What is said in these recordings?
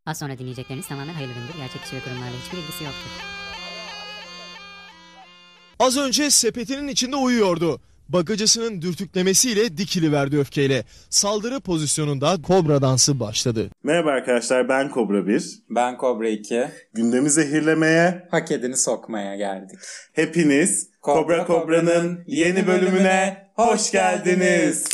Az sonra dinleyecekleriniz tamamen hayırlı üründür. Gerçek kişi ve kurumlarla hiçbir ilgisi yoktur. Az önce sepetinin içinde uyuyordu. Bagacısının dürtüklemesiyle dikiliverdi öfkeyle. Saldırı pozisyonunda kobra dansı başladı. Merhaba arkadaşlar, ben Kobra 1. Ben Kobra 2. Gündemi zehirlemeye, Hak edeni sokmaya geldik. hepiniz Kobra Kobra'nın yeni bölümüne hoş geldiniz.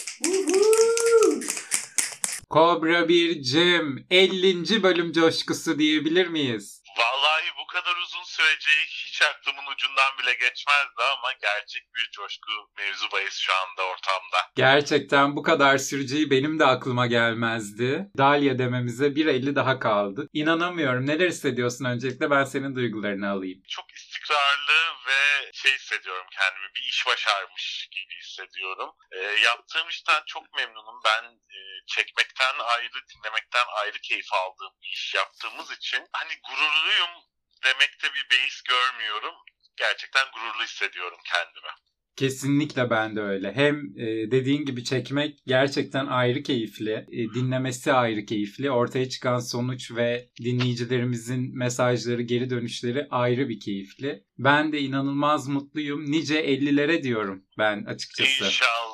Kobra 1'cim 50. bölüm coşkusu diyebilir miyiz? Vallahi bu kadar uzun süreceği hiç aklımın ucundan bile geçmezdi ama gerçek bir coşku mevzu bahis şu anda ortamda. Gerçekten bu kadar süreceği benim de aklıma gelmezdi. Dahlia dememize 1.50 daha kaldı. İnanamıyorum. Neler hissediyorsun öncelikle? Ben senin duygularını alayım. Çok istikrarlı ve hissediyorum kendimi. Bir iş başarmış gibi hissediyorum. Yaptığım işten çok memnunum. Ben çekmekten ayrı, dinlemekten ayrı keyif aldığım bir iş yaptığımız için hani gururluyum demekte bir beis görmüyorum. Gerçekten gururlu hissediyorum kendimi. Kesinlikle ben de öyle. Hem dediğin gibi çekmek gerçekten ayrı keyifli, dinlemesi ayrı keyifli, ortaya çıkan sonuç ve dinleyicilerimizin mesajları, geri dönüşleri ayrı bir keyifli. Ben de inanılmaz mutluyum. Nice 50'lere diyorum ben açıkçası.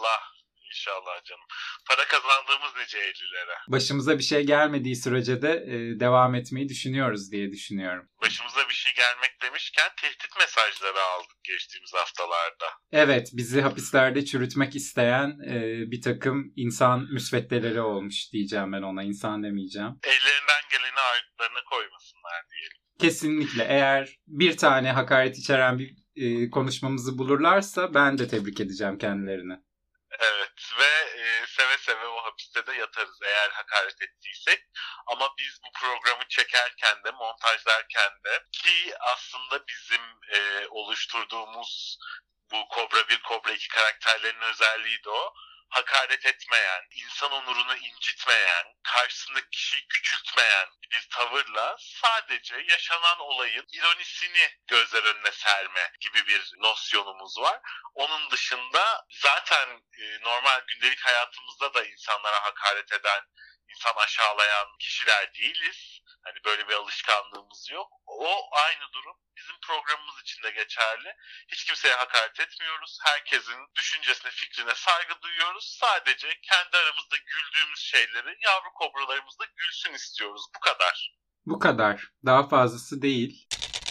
İnşallah canım. Para kazandığımız nice 50'lere. Başımıza bir şey gelmediği sürece de devam etmeyi düşünüyoruz diye düşünüyorum. Başımıza bir şey gelmek demişken tehdit mesajları aldık geçtiğimiz haftalarda. Evet, bizi hapislerde çürütmek isteyen bir takım insan müsveddeleri olmuş diyeceğim ben ona. İnsan demeyeceğim. Ellerinden geleni ardlarına koymasınlar diyelim. Kesinlikle. Eğer bir tane hakaret içeren bir konuşmamızı bulurlarsa ben de tebrik edeceğim kendilerini. Evet ve seve seve o hapiste de yatarız eğer hakaret ettiysek. Ama biz bu programı çekerken de montajlarken de ki aslında bizim oluşturduğumuz bu Kobra 1, Kobra 2 karakterlerin özelliği de o. Hakaret etmeyen, insan onurunu incitmeyen, karşısındaki kişiyi küçültmeyen bir tavırla sadece yaşanan olayın ironisini gözler önüne serme gibi bir nosyonumuz var. Onun dışında zaten normal gündelik hayatımızda da insanlara hakaret eden, insan aşağılayan kişiler değiliz. Hani böyle bir alışkanlığımız yok. O aynı durum bizim programımız için de geçerli. Hiç kimseye hakaret etmiyoruz. Herkesin düşüncesine, fikrine saygı duyuyoruz. Sadece kendi aramızda güldüğümüz şeyleri yavru kobralarımız da gülsün istiyoruz. Bu kadar. Bu kadar. Daha fazlası değil.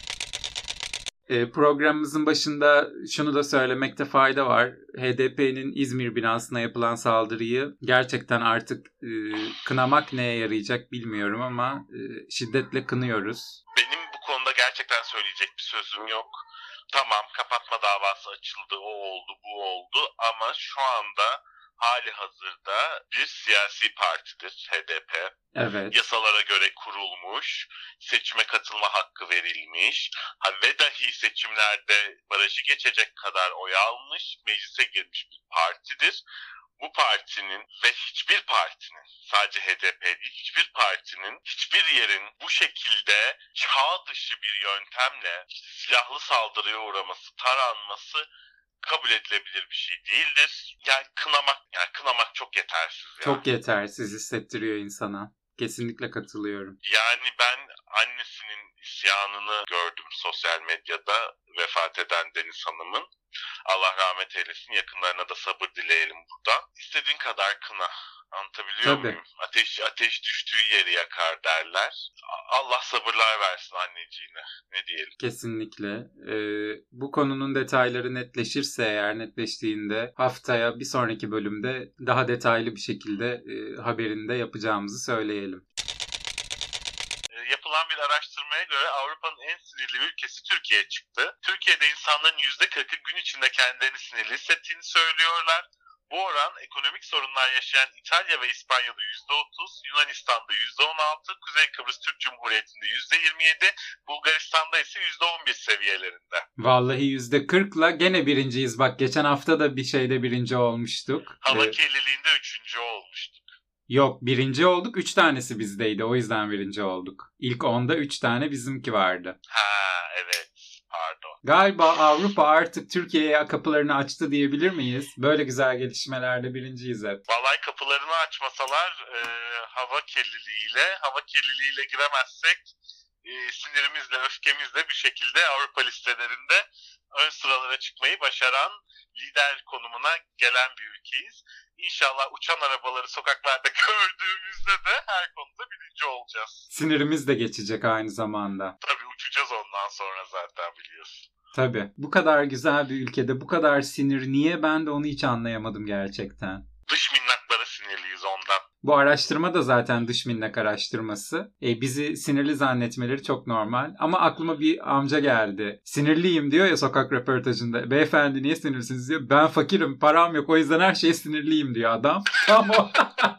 Programımızın başında şunu da söylemekte fayda var. HDP'nin İzmir binasına yapılan saldırıyı gerçekten artık kınamak neye yarayacak bilmiyorum ama şiddetle kınıyoruz. Benim bu konuda gerçekten söyleyecek bir sözüm yok. Tamam, kapatma davası açıldı, o oldu, bu oldu ama şu anda hali hazırda bir siyasi partidir HDP. Evet. Yasalara göre kurulmuş, seçime katılma hakkı verilmiş ve dahi seçimlerde barajı geçecek kadar oy almış, meclise girmiş bir partidir. Bu partinin ve hiçbir partinin, sadece HDP değil, hiçbir partinin, hiçbir yerin bu şekilde çağ dışı bir yöntemle silahlı saldırıya uğraması, taranması kabul edilebilir bir şey değildir. Yani kınamak çok yetersiz. Çok yetersiz hissettiriyor insana. Kesinlikle katılıyorum. Yani ben annesinin isyanını gördüm sosyal medyada vefat eden Deniz Hanım'ın. Allah rahmet eylesin. Yakınlarına da sabır dileyelim buradan. İstediğin kadar kına. Anlatabiliyor muyum? Ateş düştüğü yeri yakar derler. Allah sabırlar versin anneciğine. Ne diyelim? Kesinlikle. Bu konunun detayları netleşirse eğer netleştiğinde haftaya bir sonraki bölümde daha detaylı bir şekilde haberinde yapacağımızı söyleyelim. Yapılan bir araştırmaya göre Avrupa'nın en sinirli ülkesi Türkiye çıktı. Türkiye'de insanların %40'ı gün içinde kendilerini sinirli hissettiğini söylüyorlar. Bu oran ekonomik sorunlar yaşayan İtalya ve İspanya'da %30, Yunanistan'da %16, Kuzey Kıbrıs Türk Cumhuriyeti'nde %27, Bulgaristan'da ise %11 seviyelerinde. Vallahi %40'la gene birinciyiz. Bak geçen hafta da bir şeyde birinci olmuştuk. Hava kirliliğinde 3. olmuştuk. Yok, birinci olduk. 3 tanesi bizdeydi. O yüzden birinci olduk. İlk 10'da 3 tane bizimki vardı. Ha evet, pardon. Galiba Avrupa artık Türkiye'ye kapılarını açtı diyebilir miyiz? Böyle güzel gelişmelerde birinciyiz hep. Vallahi kapılarını açmasalar hava kirliliğiyle giremezsek sinirimizle, öfkemizle bir şekilde Avrupa listelerinde ön sıralara çıkmayı başaran lider konumuna gelen bir ülkeyiz. İnşallah uçan arabaları sokaklarda gördüğümüzde de her konuda birinci olacağız. Sinirimiz de geçecek aynı zamanda. Tabii uçacağız ondan sonra zaten biliyorsun. Tabii. Bu kadar güzel bir ülkede bu kadar sinir niye, ben de onu hiç anlayamadım gerçekten. Dış minnaklara sinirliyiz ondan. Bu araştırma da zaten dış minnak araştırması. Bizi sinirli zannetmeleri çok normal. Ama aklıma bir amca geldi. Sinirliyim diyor ya sokak röportajında. Beyefendi niye sinirlisiniz diyor. Ben fakirim, param yok, o yüzden her şeye sinirliyim diyor adam. Ama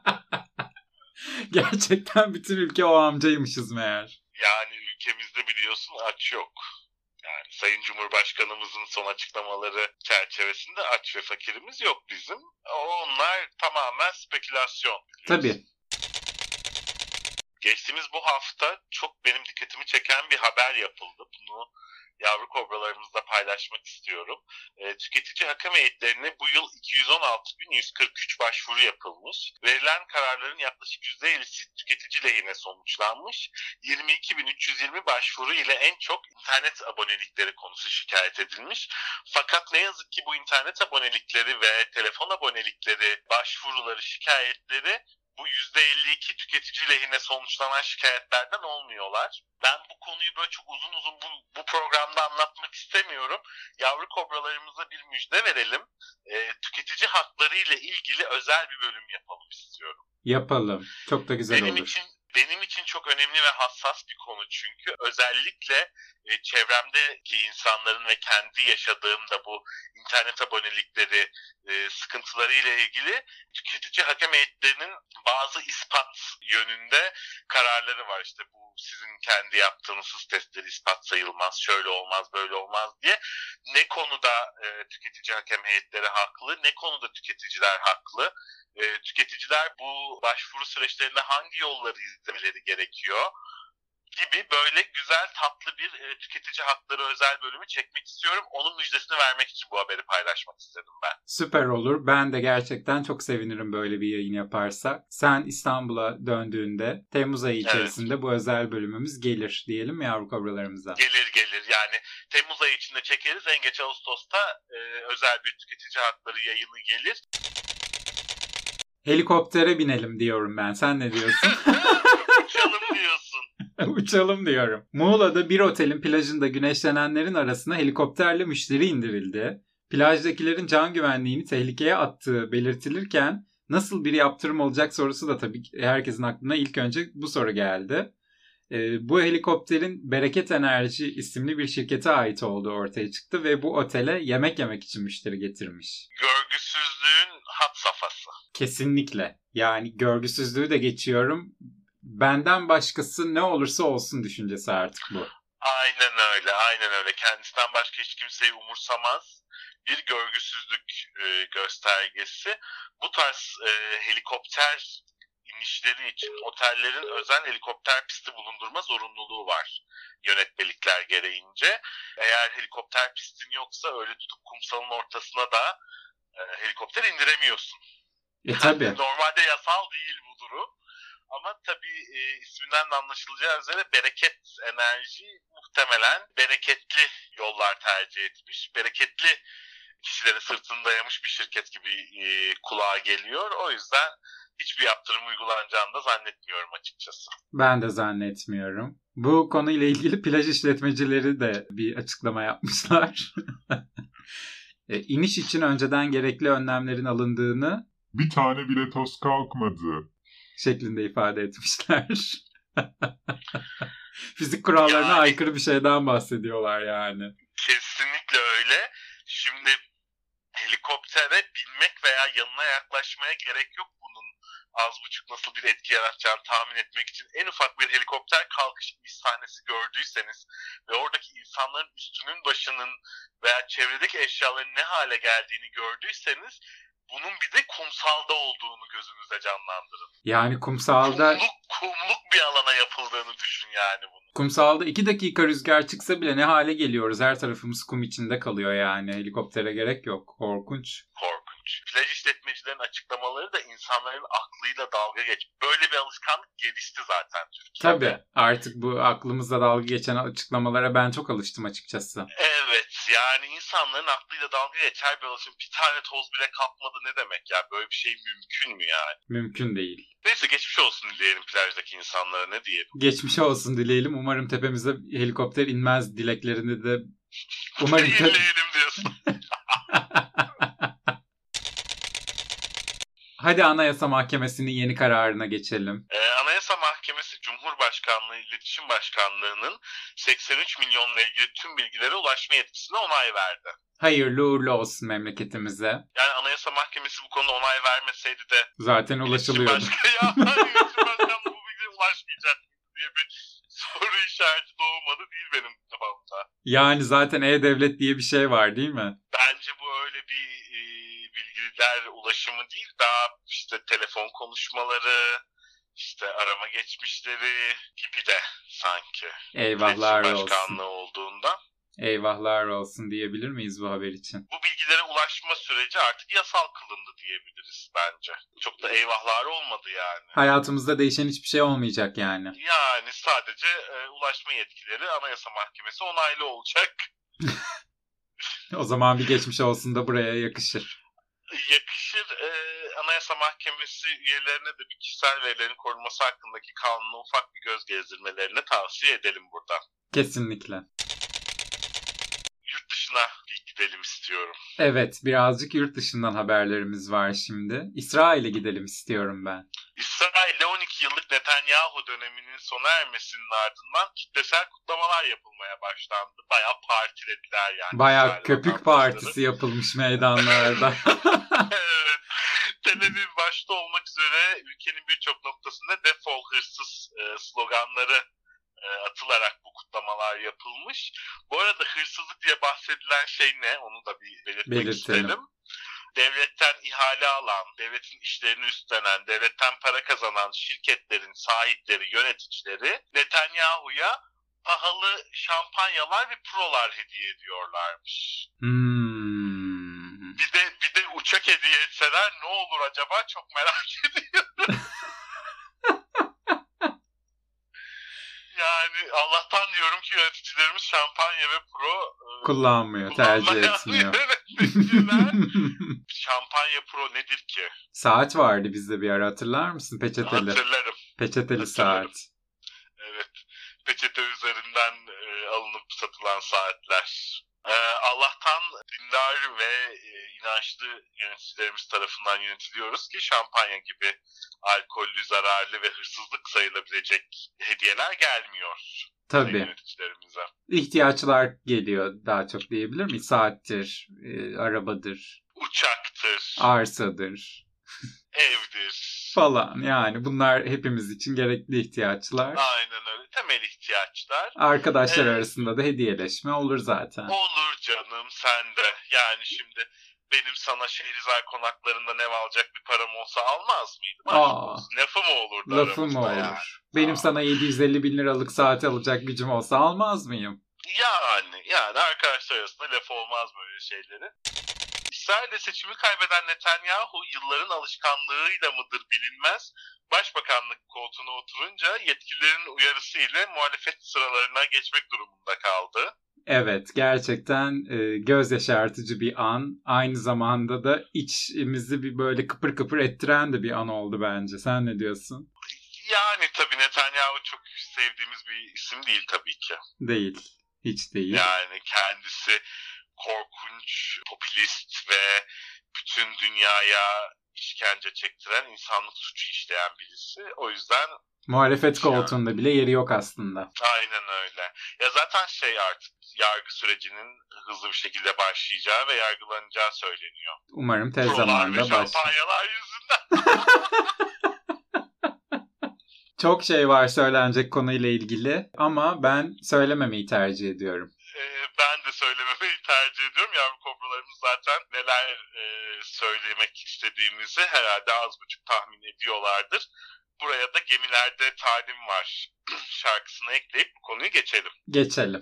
gerçekten bütün ülke o amcaymışız meğer. Yani ülkemizde biliyorsun aç yok. Yani Sayın Cumhurbaşkanımızın son açıklamaları çerçevesinde aç ve fakirimiz yok bizim. Onlar tamamen spekülasyon. Tabii. Geçtiğimiz bu hafta çok benim dikkatimi çeken bir haber yapıldı. Bunu yavru kobralarımızla paylaşmak istiyorum. Tüketici hakem heyetlerine bu yıl 216.143 başvuru yapılmış. Verilen kararların yaklaşık %50'si tüketici lehine sonuçlanmış. 22.320 başvuru ile en çok internet abonelikleri konusu şikayet edilmiş. Fakat ne yazık ki bu internet abonelikleri ve telefon abonelikleri başvuruları, şikayetleri bu %52 tüketici lehine sonuçlanan şikayetlerden olmuyorlar. Ben bu konuyu böyle çok uzun bu programda anlatmak istemiyorum. Yavru kobralarımıza bir müjde verelim. Tüketici hakları ile ilgili özel bir bölüm yapalım istiyorum. Yapalım. Çok da güzel olur. Benim için çok önemli ve hassas bir konu çünkü özellikle çevremdeki insanların ve kendi yaşadığım da bu internet abonelikleri sıkıntıları ile ilgili tüketici hakem heyetlerinin bazı ispat yönünde kararları var. İşte bu sizin kendi yaptığınız hız testleri ispat sayılmaz, şöyle olmaz, böyle olmaz diye. Ne konuda tüketici hakem heyetleri haklı, ne konuda tüketiciler haklı? Tüketiciler bu başvuru süreçlerinde hangi yolları izlemeleri gerekiyor gibi böyle güzel tatlı bir tüketici hakları özel bölümü çekmek istiyorum. Onun müjdesini vermek için bu haberi paylaşmak istedim ben. Süper olur. Ben de gerçekten çok sevinirim böyle bir yayın yaparsak. Sen İstanbul'a döndüğünde Temmuz ayı içerisinde evet, bu özel bölümümüz gelir diyelim mi yavru kobralarımıza? Gelir. Yani Temmuz ayı içinde çekeriz. En geç Ağustos'ta özel bir tüketici hakları yayını gelir. Helikoptere binelim diyorum ben. Sen ne diyorsun? Uçalım diyorsun. Uçalım diyorum. Muğla'da bir otelin plajında güneşlenenlerin arasına helikopterle müşteri indirildi. Plajdakilerin can güvenliğini tehlikeye attığı belirtilirken nasıl bir yaptırım olacak sorusu da tabii herkesin aklına ilk önce bu soru geldi. Bu helikopterin Bereket Enerji isimli bir şirkete ait olduğu ortaya çıktı ve bu otele yemek yemek için müşteri getirmiş. Görgüsüzlüğün had safhası. Kesinlikle. Yani görgüsüzlüğü de geçiyorum. Benden başkası ne olursa olsun düşüncesi artık bu. Aynen öyle. Kendisinden başka hiç kimseyi umursamaz. Bir görgüsüzlük göstergesi. Bu tarz helikopter inişleri için otellerin özel helikopter pisti bulundurma zorunluluğu var yönetmelikler gereğince. Eğer helikopter pistin yoksa öyle tutup kumsalın ortasına da helikopter indiremiyorsun. Tabii. Normalde yasal değil bu durum. Ama tabii isminden de anlaşılacağı üzere Bereket Enerji muhtemelen bereketli yollar tercih etmiş. Bereketli kişilere sırtını dayamış bir şirket gibi kulağa geliyor. O yüzden hiçbir yaptırım uygulanacağını da zannetmiyorum açıkçası. Ben de zannetmiyorum. Bu konuyla ilgili plaj işletmecileri de bir açıklama yapmışlar. İniş için önceden gerekli önlemlerin alındığını bir tane bile toz kalkmadı şeklinde ifade etmişler. Fizik kurallarına aykırı bir şeyden bahsediyorlar yani. Kesinlikle öyle. Şimdi helikoptere binmek veya yanına yaklaşmaya gerek yok bunun az buçuk nasıl bir etki yaratacağını tahmin etmek için. En ufak bir helikopter kalkış iniş sahnesi gördüyseniz ve oradaki insanların üstünün başının veya çevredeki eşyaların ne hale geldiğini gördüyseniz bunun bir de kumsalda olduğunu gözünüze canlandırın. Yani kumsalda Kumluk bir alana yapıldığını düşün yani bunu. Kumsalda 2 dakika rüzgar çıksa bile ne hale geliyoruz. Her tarafımız kum içinde kalıyor yani. Helikoptere gerek yok. Korkunç. Korkunç. Plaj işletmecilerin açıklamaları da insanların aklıyla dalga geç. Böyle bir alışkanlık gelişti zaten Türkiye'de. Tabii artık bu aklımızla dalga geçen açıklamalara ben çok alıştım açıkçası. Evet, yani insanların aklıyla dalga geçer bir alışkanlık. Bir tane toz bile kalkmadı ne demek ya? Böyle bir şey mümkün mü yani? Mümkün değil. Neyse geçmiş olsun diyelim plajdaki insanlara, ne diyelim. Geçmiş olsun dileyelim. Umarım tepemize helikopter inmez dileklerini de umarım Diyelim diyorsun. Hadi Anayasa Mahkemesi'nin yeni kararına geçelim. Anayasa Mahkemesi Cumhurbaşkanlığı İletişim Başkanlığı'nın 83 milyonla ilgili tüm bilgilere ulaşma yetkisine onay verdi. Hayırlı uğurlu olsun memleketimize. Yani Anayasa Mahkemesi bu konuda onay vermeseydi de Zaten ulaşılıyordu. İletişim Başkanlığı bu bilgiye ulaşmayacak diye bir soru işareti doğmadı değil benim kafamda. Yani zaten E-Devlet diye bir şey var değil mi? Bence bu öyle bir bilgiler ulaşımı değil, daha işte telefon konuşmaları, işte arama geçmişleri gibi de sanki. Eyvahlar İletişim olsun. Başkanlığı olduğunda. Eyvahlar olsun diyebilir miyiz bu haber için? Bu bilgilere ulaşma süreci artık yasal kılındı diyebiliriz bence. Çok da eyvahlar olmadı yani. Hayatımızda değişen hiçbir şey olmayacak yani. Yani sadece ulaşma yetkileri Anayasa Mahkemesi onaylı olacak. O zaman bir geçmiş olsun da buraya yakışır. Yakışır. Anayasa Mahkemesi üyelerine de bir kişisel verilerin korunması hakkındaki kanuna ufak bir göz gezdirmelerini tavsiye edelim burada. Kesinlikle. Yurt dışına bir gidelim istiyorum. Evet, birazcık yurt dışından haberlerimiz var şimdi. İsrail'e gidelim istiyorum ben. İsrail'de 12 yıllık Netanyahu döneminin sona ermesinin ardından kitlesel kutlamalar yapılmaya başlandı. Bayağı partilediler yani. Bayağı İsrail köpük vatandaşları. partisi yapılmış meydanlarda. Evet. Tel Aviv başta olmak üzere ülkenin birçok noktasında defol hırsız sloganları atılarak bu kutlamalar yapılmış. Bu arada hırsızlık diye bahsedilen şey ne? Onu da bir belirtmek istedim. Devletten ihale alan, devletin işlerini üstlenen, devletten para kazanan şirketlerin sahipleri, yöneticileri Netanyahu'ya pahalı şampanyalar ve prolar hediye ediyorlarmış. Bir de uçak hediye etseler ne olur acaba, çok merak ediyorum. Yani Allah'tan diyorum ki yöneticilerimiz şampanya ve pro kullanmıyor, tercih etmiyor. Şampanya pro nedir ki? Saat vardı bizde bir ara, hatırlar mısın? Peçeteli. Hatırlarım. Peçeteli saat. Evet. Peçete üzerinden alınıp satılan saatler. Allah'tan dindar ve inançlı yöneticilerimiz tarafından yönetiliyoruz ki şampanya gibi alkollü, zararlı ve hırsızlık sayılabilecek hediyeler gelmiyor. Tabii. Yöneticilerimize. İhtiyaçlar geliyor daha çok diyebilir miyiz? Saattir, arabadır, Uçaktır, arsadır, evdir falan. Yani bunlar hepimiz için gerekli ihtiyaçlar. Aynen öyle. Temel ihtiyaçlar. Arkadaşlar arasında da hediyeleşme olur zaten. Olur canım, sen de. Yani şimdi benim sana Şehrizar konaklarından ev alacak bir param olsa almaz mıydım? Lafı mı olurdu Lafı mı olur? Yani? Benim sana 750 bin liralık saat alacak gücüm olsa almaz mıyım? Yani arkadaşlar arasında laf olmaz böyle şeyleri. İsrail'de seçimi kaybeden Netanyahu yılların alışkanlığıyla mıdır bilinmez, başbakanlık koltuğuna oturunca yetkililerin uyarısı ile muhalefet sıralarına geçmek durumunda kaldı. Evet, gerçekten göz yaşartıcı bir an. Aynı zamanda da içimizi bir böyle kıpır kıpır ettiren de bir an oldu bence. Sen ne diyorsun? Yani tabii Netanyahu çok sevdiğimiz bir isim değil tabii ki. Değil, hiç değil. Yani kendisi korkunç, popülist ve bütün dünyaya işkence çektiren, insanlık suçu işleyen birisi. O yüzden muhalefet koltuğunda bile yeri yok aslında. Aynen öyle. Ya zaten artık yargı sürecinin hızlı bir şekilde başlayacağı ve yargılanacağı söyleniyor. Umarım tez zamanda başlar. Şampanyalar yüzünden. Çok şey var söylenecek konuyla ilgili ama ben söylememeyi tercih ediyorum. Ben de söylememeyi tercih ediyorum. Yavru kobralarımız zaten neler söylemek istediğimizi herhalde az buçuk tahmin ediyorlardır. Buraya da Gemilerde Talim Var şarkısını ekleyip bu konuyu geçelim. Geçelim.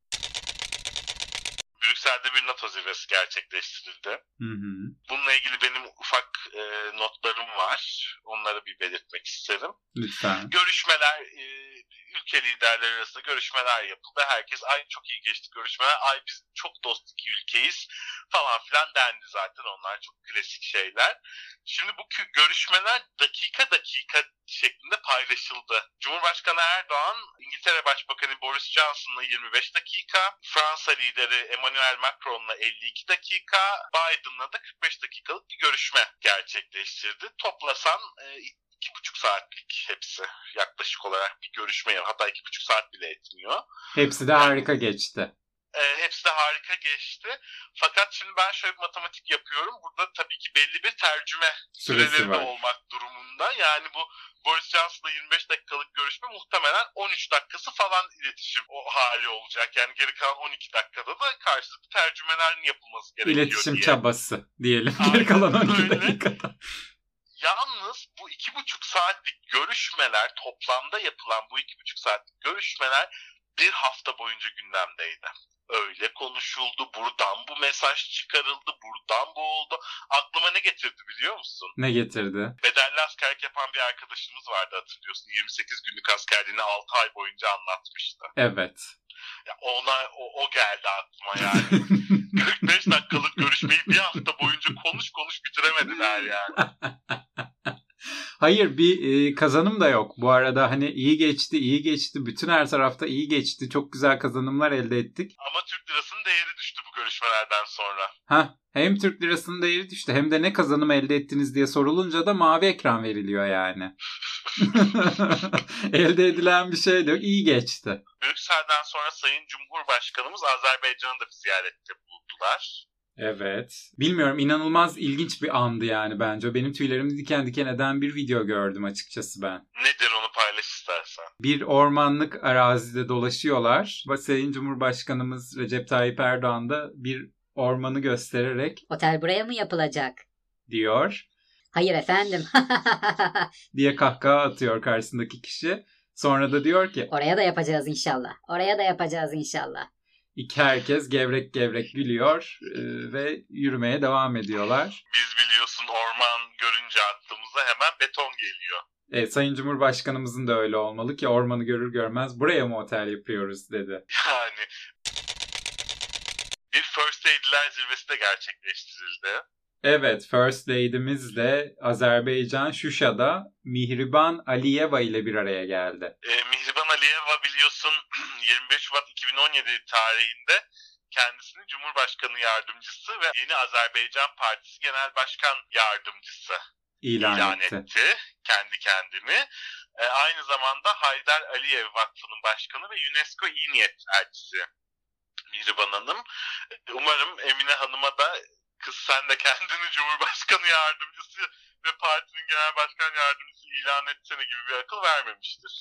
Brüksel'de bir NATO zirvesi gerçekleştirildi. Hı hı. Bununla ilgili benim ufak notlarım var. Onları bir belirtmek isterim. Lütfen. Görüşmeler, ülke liderleri arasında görüşmeler yapıldı. Herkes ay çok iyi geçti görüşmeler. Ay biz çok dost iki ülkeyiz falan filan dendi zaten. Onlar çok klasik şeyler. Şimdi bu görüşmeler dakika dakika şeklinde paylaşıldı. Cumhurbaşkanı Erdoğan, İngiltere Başbakanı Boris Johnson'la 25 dakika, Fransa lideri Emmanuel Macron'la 52 dakika, Biden'la da 45 dakikalık bir görüşme gerçekleştirdi. Toplasan 2,5 saatlik hepsi yaklaşık olarak bir görüşme. Hatta 2,5 saat bile etmiyor. Hepsi de harika geçti. Hepsi de harika geçti. Fakat şimdi ben şöyle bir matematik yapıyorum. Burada tabii ki belli bir tercüme süreleri de olmak durumunda. Yani bu Boris Johnson'la 25 dakikalık görüşme muhtemelen 13 dakikası falan iletişim o hali olacak. Yani geri kalan 12 dakikada da karşılıklı tercümelerin yapılması gerekiyor İletişim diye. çabası diyelim. Geri kalan 12 öyle. dakikada. Yalnız bu 2,5 saatlik görüşmeler, toplamda yapılan bu 2,5 saatlik görüşmeler bir hafta boyunca gündemdeydi. Öyle konuşuldu, buradan bu mesaj çıkarıldı, buradan bu oldu. Aklıma ne getirdi biliyor musun? Ne getirdi? Bedelli askerlik yapan bir arkadaşımız vardı, hatırlıyorsun. 28 günlük askerliğini 6 ay boyunca anlatmıştı. Evet. Ya o geldi aklıma yani. 45 dakikalık görüşmeyi bir hafta boyunca konuş bitiremediler yani. Hayır, bir kazanım da yok. Bu arada hani iyi geçti. Bütün her tarafta iyi geçti. Çok güzel kazanımlar elde ettik. Ama Türk lirasının değeri düştü bu görüşmelerden sonra. Hem Türk lirasının değeri düştü hem de ne kazanım elde ettiniz diye sorulunca da mavi ekran veriliyor yani. Elde edilen bir şey de yok. İyi geçti. Brüksel'den sonra Sayın Cumhurbaşkanımız Azerbaycan'ı da bir ziyarette bulundular. Evet. Bilmiyorum, inanılmaz ilginç bir andı yani bence. Benim tüylerimi diken diken eden bir video gördüm açıkçası ben. Nedir, onu paylaş istersen. Bir ormanlık arazide dolaşıyorlar. Sayın Cumhurbaşkanımız Recep Tayyip Erdoğan da bir ormanı göstererek Otel buraya mı yapılacak? diyor. Hayır efendim. Diye kahkaha atıyor karşısındaki kişi. Sonra da diyor ki Oraya da yapacağız inşallah. Oraya da yapacağız inşallah. herkes gevrek gevrek gülüyor ve yürümeye devam ediyorlar. Biz biliyorsun orman görünce aklımıza hemen beton geliyor. Sayın Cumhurbaşkanımızın da öyle olmalı ki ormanı görür görmez buraya mı otel yapıyoruz dedi. Yani bir First Lady'ler zirvesi de gerçekleştirildi. Evet, First Lady'miz de Azerbaycan Şuşa'da Mihriban Aliyeva ile bir araya geldi. Mihriban Aliyeva biliyorsun 25 Şubat 2017 tarihinde kendisini Cumhurbaşkanı Yardımcısı ve Yeni Azerbaycan Partisi Genel Başkan Yardımcısı ilan etti kendi kendini. Aynı zamanda Haydar Aliyev Vakfı'nın başkanı ve UNESCO İyi Niyet Elçisi Mihriban Hanım. Umarım Emine Hanım'a da kız sen de kendini Cumhurbaşkanı Yardımcısı ve partinin Genel Başkan Yardımcısı ilan etsene gibi bir akıl vermemiştir.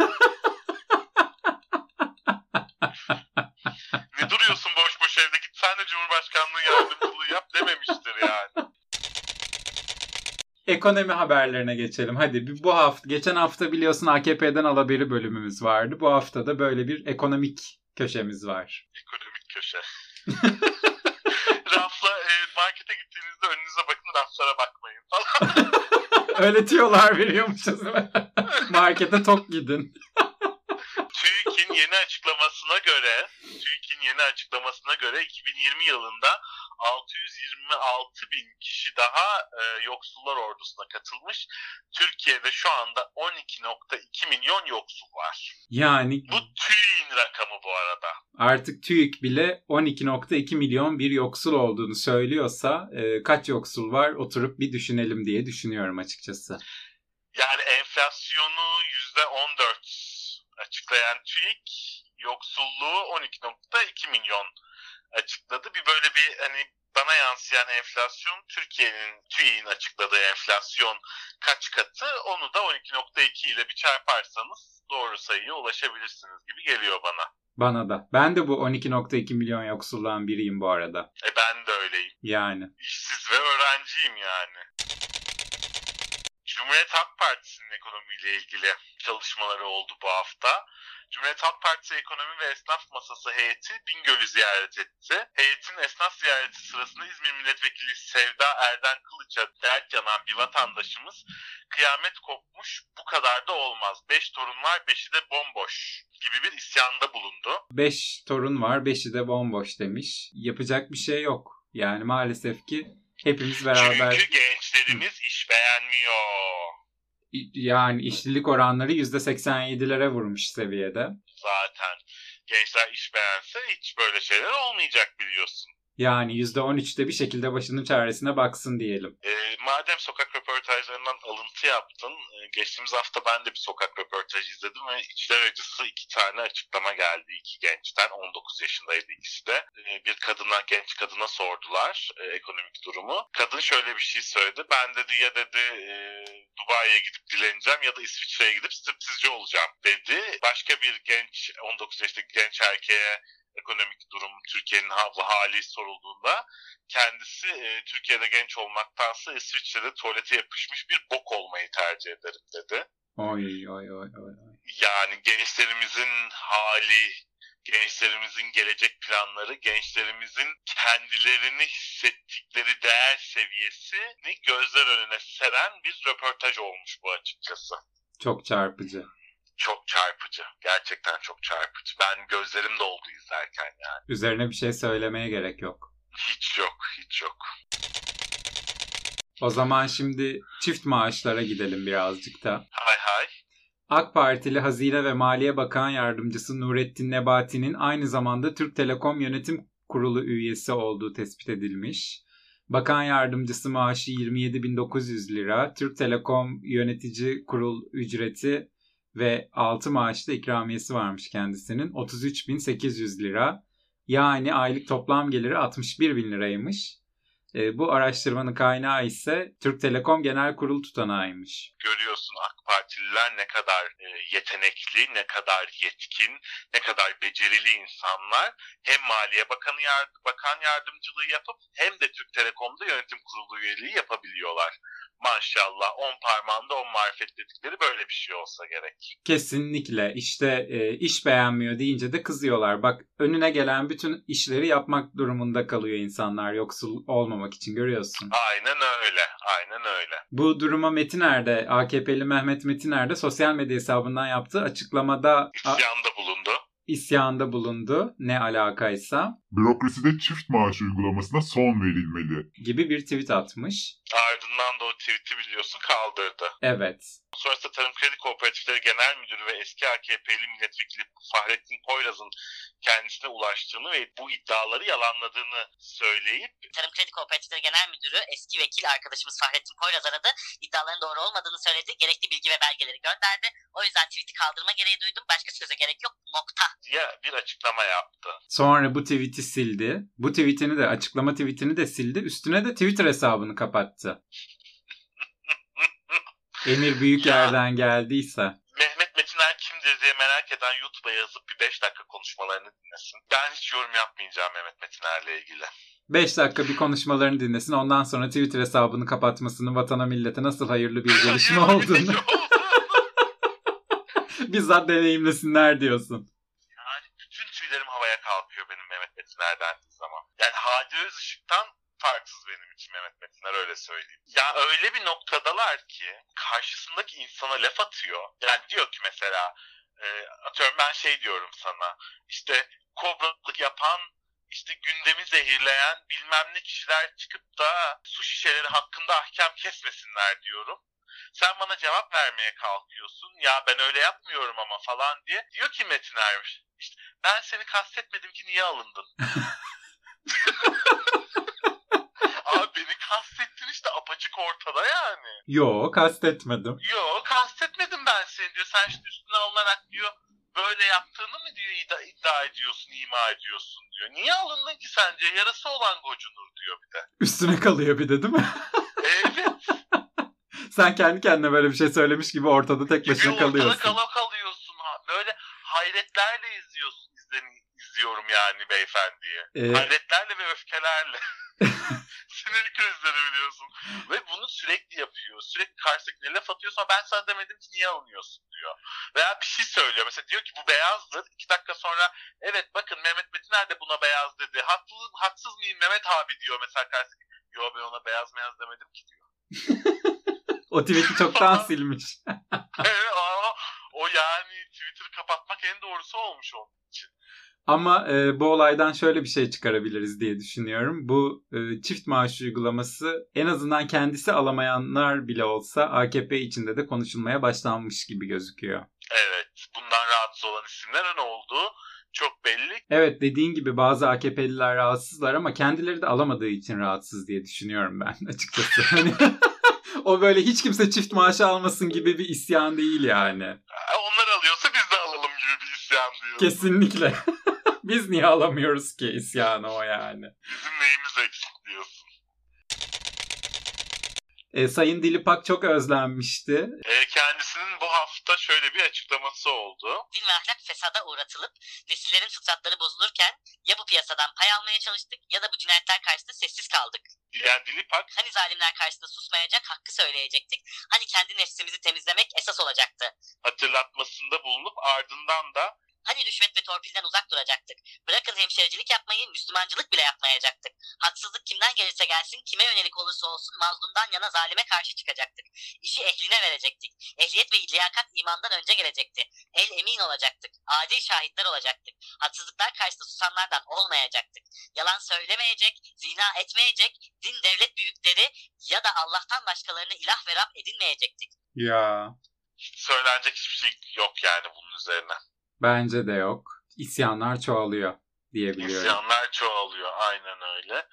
Ne duruyorsun boş boş evde, git sen de Cumhurbaşkanlığı yardımcılığı yap dememiştir yani. Ekonomi haberlerine geçelim. Hadi bu hafta, geçen hafta biliyorsun AKP'den Alaberi bölümümüz vardı. Bu hafta da böyle bir ekonomik köşemiz var. Ekonomik köşe. Markete gittiğinizde önünüze bakın, raflara bakmayın falan. Öyle tüyolar veriyormuşuz. Markete tok gidin. TÜİK'in yeni açıklamasına göre 2020 yılında 626 bin kişi daha yoksullar ordusuna katılmış. Türkiye'de şu anda 12,2 milyon yoksul var. Yani bu TÜİK'in rakamı bu arada. Artık TÜİK bile 12,2 milyon bir yoksul olduğunu söylüyorsa kaç yoksul var oturup bir düşünelim diye düşünüyorum açıkçası. Yani enflasyonu %14 açıklayan TÜİK yoksulluğu 12,2 milyon açıkladı. Bir böyle bir hani bana yansıyan enflasyon TÜİK'in açıkladığı enflasyon kaç katı, onu da 12,2 ile bir çarparsanız doğru sayıya ulaşabilirsiniz gibi geliyor bana. Bana da. Ben de bu 12,2 milyon yoksulluğun biriyim bu arada. Ben de öyleyim. Yani. İşsiz ve öğrenciyim yani. Cumhuriyet Halk Partisi'nin ekonomiyle ilgili çalışmaları oldu bu hafta. Cumhuriyet Halk Partisi Ekonomi ve Esnaf Masası heyeti Bingöl'ü ziyaret etti. Heyetin esnaf ziyareti sırasında İzmir Milletvekili Sevda Erden Kılıç'a dert yanan bir vatandaşımız kıyamet kopmuş, bu kadar da olmaz. 5 torun var, 5'i de bomboş gibi bir isyanda bulundu. 5 torun var, 5'i de bomboş demiş. Yapacak bir şey yok. Yani maalesef ki hepimiz beraber... Çünkü gençlerimiz iş beğenmiyor. Yani işsizlik oranları %87'lere vurmuş seviyede. Zaten gençler iş beğense hiç böyle şeyler olmayacak biliyorsun. Yani %13'te bir şekilde başının çaresine baksın diyelim. Madem sokak röportajlarından alıntı yaptın, geçtiğimiz hafta ben de bir sokak röportajı izledim ve içler acısı 2 tane açıklama geldi 2 gençten. 19 yaşındaydı ikisi de. Bir genç kadına sordular ekonomik durumu. Kadın şöyle bir şey söyledi. Ben dedi ya dedi Dubai'ye gidip dileneceğim ya da İsviçre'ye gidip striptizci olacağım dedi. Başka bir 19 yaşındaki genç erkeğe ekonomik durum, Türkiye'nin hali sorulduğunda kendisi Türkiye'de genç olmaktansa İsviçre'de tuvalete yapışmış bir bok olmayı tercih ederim dedi. Oy. Yani gençlerimizin hali, gençlerimizin gelecek planları, gençlerimizin kendilerini hissettikleri değer seviyesini gözler önüne seren bir röportaj olmuş bu açıkçası. Çok çarpıcı. Çok çarpıcı. Gerçekten çok çarpıcı. Ben gözlerim doldu izlerken yani. Üzerine bir şey söylemeye gerek yok. Hiç yok. O zaman şimdi çift maaşlara gidelim birazcık da. Hay. AK Partili Hazine ve Maliye Bakan Yardımcısı Nurettin Nebati'nin aynı zamanda Türk Telekom Yönetim Kurulu üyesi olduğu tespit edilmiş. Bakan Yardımcısı maaşı 27.900 lira, Türk Telekom Yönetici Kurul ücreti ve 6 maaşlı ikramiyesi varmış kendisinin. 33.800 lira. Yani aylık toplam geliri 61.000 liraymış. Bu araştırmanın kaynağı ise Türk Telekom Genel Kurul tutanağıymış. Görüyorsun AK Partililer ne kadar yetenekli, ne kadar yetkin, ne kadar becerili insanlar. Hem Maliye Bakan Yardımcılığı yapıp hem de Türk Telekom'da yönetim kurulu üyeliği yapabiliyorlar. Maşallah 10 parmağında 10 marifet dedikleri böyle bir şey olsa gerek. Kesinlikle. İşte iş beğenmiyor deyince de kızıyorlar. Bak önüne gelen bütün işleri yapmak durumunda kalıyor insanlar yoksul olmamak için, görüyorsun. Aynen öyle. Bu duruma Metiner, AKP'li Mehmet Metiner sosyal medya hesabından yaptığı açıklamada isyanda bulundu. Ne alakaysa. Bürokraside çift maaş uygulamasına son verilmeli Gibi bir tweet atmış. Ardından da o tweet'i biliyorsun kaldırdı. Evet. Sonrasında Tarım Kredi Kooperatifleri Genel Müdürü ve eski AKP'li milletvekili Fahrettin Poyraz'ın kendisine ulaştığını ve bu iddiaları yalanladığını söyleyip Tarım Kredi Kooperatifleri Genel Müdürü eski vekil arkadaşımız Fahrettin Poyraz aradı. İddiaların doğru olmadığını söyledi. Gerekli bilgi ve belgeleri gönderdi. O yüzden tweet'i kaldırma gereği duydum. Başka söze gerek yok. Nokta. diye bir açıklama yaptı. Sonra bu tweet'i sildi. Bu tweet'ini de, açıklama tweet'ini de sildi. Üstüne de Twitter hesabını kapattı. Emir Büyüker'den geldiyse. Mehmet Metiner kimdir diye merak eden YouTube'a yazıp bir 5 dakika konuşmalarını dinlesin. Ben hiç yorum yapmayacağım Mehmet Metiner'le ilgili. 5 dakika bir konuşmalarını dinlesin. Ondan sonra Twitter hesabını kapatmasının vatana millete nasıl hayırlı bir gelişme olduğunu bizzat deneyimlesinler diyorsun. Yani bütün tüylerim havaya kalkıyor benim Mehmet Metiner dendiği zaman. Yani Hadi Özışık'tan farksız benim için Mehmet Metiner, öyle söyleyeyim. Ya öyle bir noktadalar ki karşısındaki insana laf atıyor. Yani diyor ki mesela atıyorum ben şey diyorum sana, işte kobralık yapan, işte gündemi zehirleyen bilmem ne kişiler çıkıp da su şişeleri hakkında ahkam kesmesinler diyorum. Sen bana cevap vermeye kalkıyorsun. Ya ben öyle yapmıyorum ama falan diye. Diyor ki Metiner, işte ben seni kastetmedim ki niye alındın? Abi beni kastettin işte, apaçık ortada yani. Yo, kastetmedim. Yo, kastetmedim ben seni diyor. Sen şimdi üstüne alınarak diyor böyle yaptığını mı diyor iddia ediyorsun, ima ediyorsun diyor. Niye alındın ki sence? Yarası olan gocunur diyor bir de. Üstüne kalıyor bir de değil mi? Evet. Sen kendi kendine böyle bir şey söylemiş gibi ortada tek başına kalıyorsun. Ortada kalıyorsun. Böyle hayretlerle izliyorum yani beyefendiyi. Hayretlerle ve öfkelerle. Sinir krizleri biliyorsun. Ve bunu sürekli yapıyor. Sürekli karşısındakine laf atıyor, sonra ben sana demedim ki niye alınıyorsun diyor. Veya bir şey söylüyor. Mesela diyor ki bu beyazdır. 2 dakika sonra evet bakın Mehmet Metiner de buna beyaz dedi. Haksız mıyım Mehmet abi diyor mesela karşısındaki. Yo ben ona beyaz demedim ki diyor. O tweet'i çoktan silmiş. Evet, o yani Twitter'ı kapatmak en doğrusu olmuş onun için. Ama bu olaydan şöyle bir şey çıkarabiliriz diye düşünüyorum. Bu çift maaş uygulaması en azından kendisi alamayanlar bile olsa AKP içinde de konuşulmaya başlanmış gibi gözüküyor. Evet, bundan rahatsız olan isimler ne oldu? Çok belli. Evet, dediğin gibi bazı AKP'liler rahatsızlar ama kendileri de alamadığı için rahatsız diye düşünüyorum ben açıkçası. Hani o böyle hiç kimse çift maaşı almasın gibi bir isyan değil yani. Onlar alıyorsa biz de alalım gibi bir isyan diyor. Kesinlikle. Biz niye alamıyoruz ki isyanı o yani. Bizim neyimiz eksik diyorsun. Sayın Dilipak çok özlenmişti. Kendisinin bu hafta şöyle bir açıklaması oldu. Din ve ahlak fesada uğratılıp nesillerin fıtratları bozulurken ya bu piyasadan pay almaya çalıştık ya da bu cinayetler karşısında sessiz kaldık. Yani Dilipak Hani zalimler karşısında susmayacak, hakkı söyleyecektik. Hani kendi nefsimizi temizlemek esas olacaktı. hatırlatmasında bulunup ardından da Hani rüşvet ve torpilden uzak duracaktık. Bırakın hemşirecilik yapmayı, Müslümancılık bile yapmayacaktık. Haksızlık kimden gelirse gelsin, kime yönelik olursa olsun mazlumdan yana zalime karşı çıkacaktık. İşi ehline verecektik. Ehliyet ve liyakat imandan önce gelecekti. El emin olacaktık. Adil şahitler olacaktık. Haksızlıklar karşısında susanlardan olmayacaktık. Yalan söylemeyecek, zina etmeyecek, din devlet büyükleri ya da Allah'tan başkalarını ilah ve Rab edinmeyecektik. Ya söylenecek hiçbir şey yok yani bunun üzerine. bence de yok. İsyanlar çoğalıyor diyebiliyorum. İsyanlar çoğalıyor. Aynen öyle.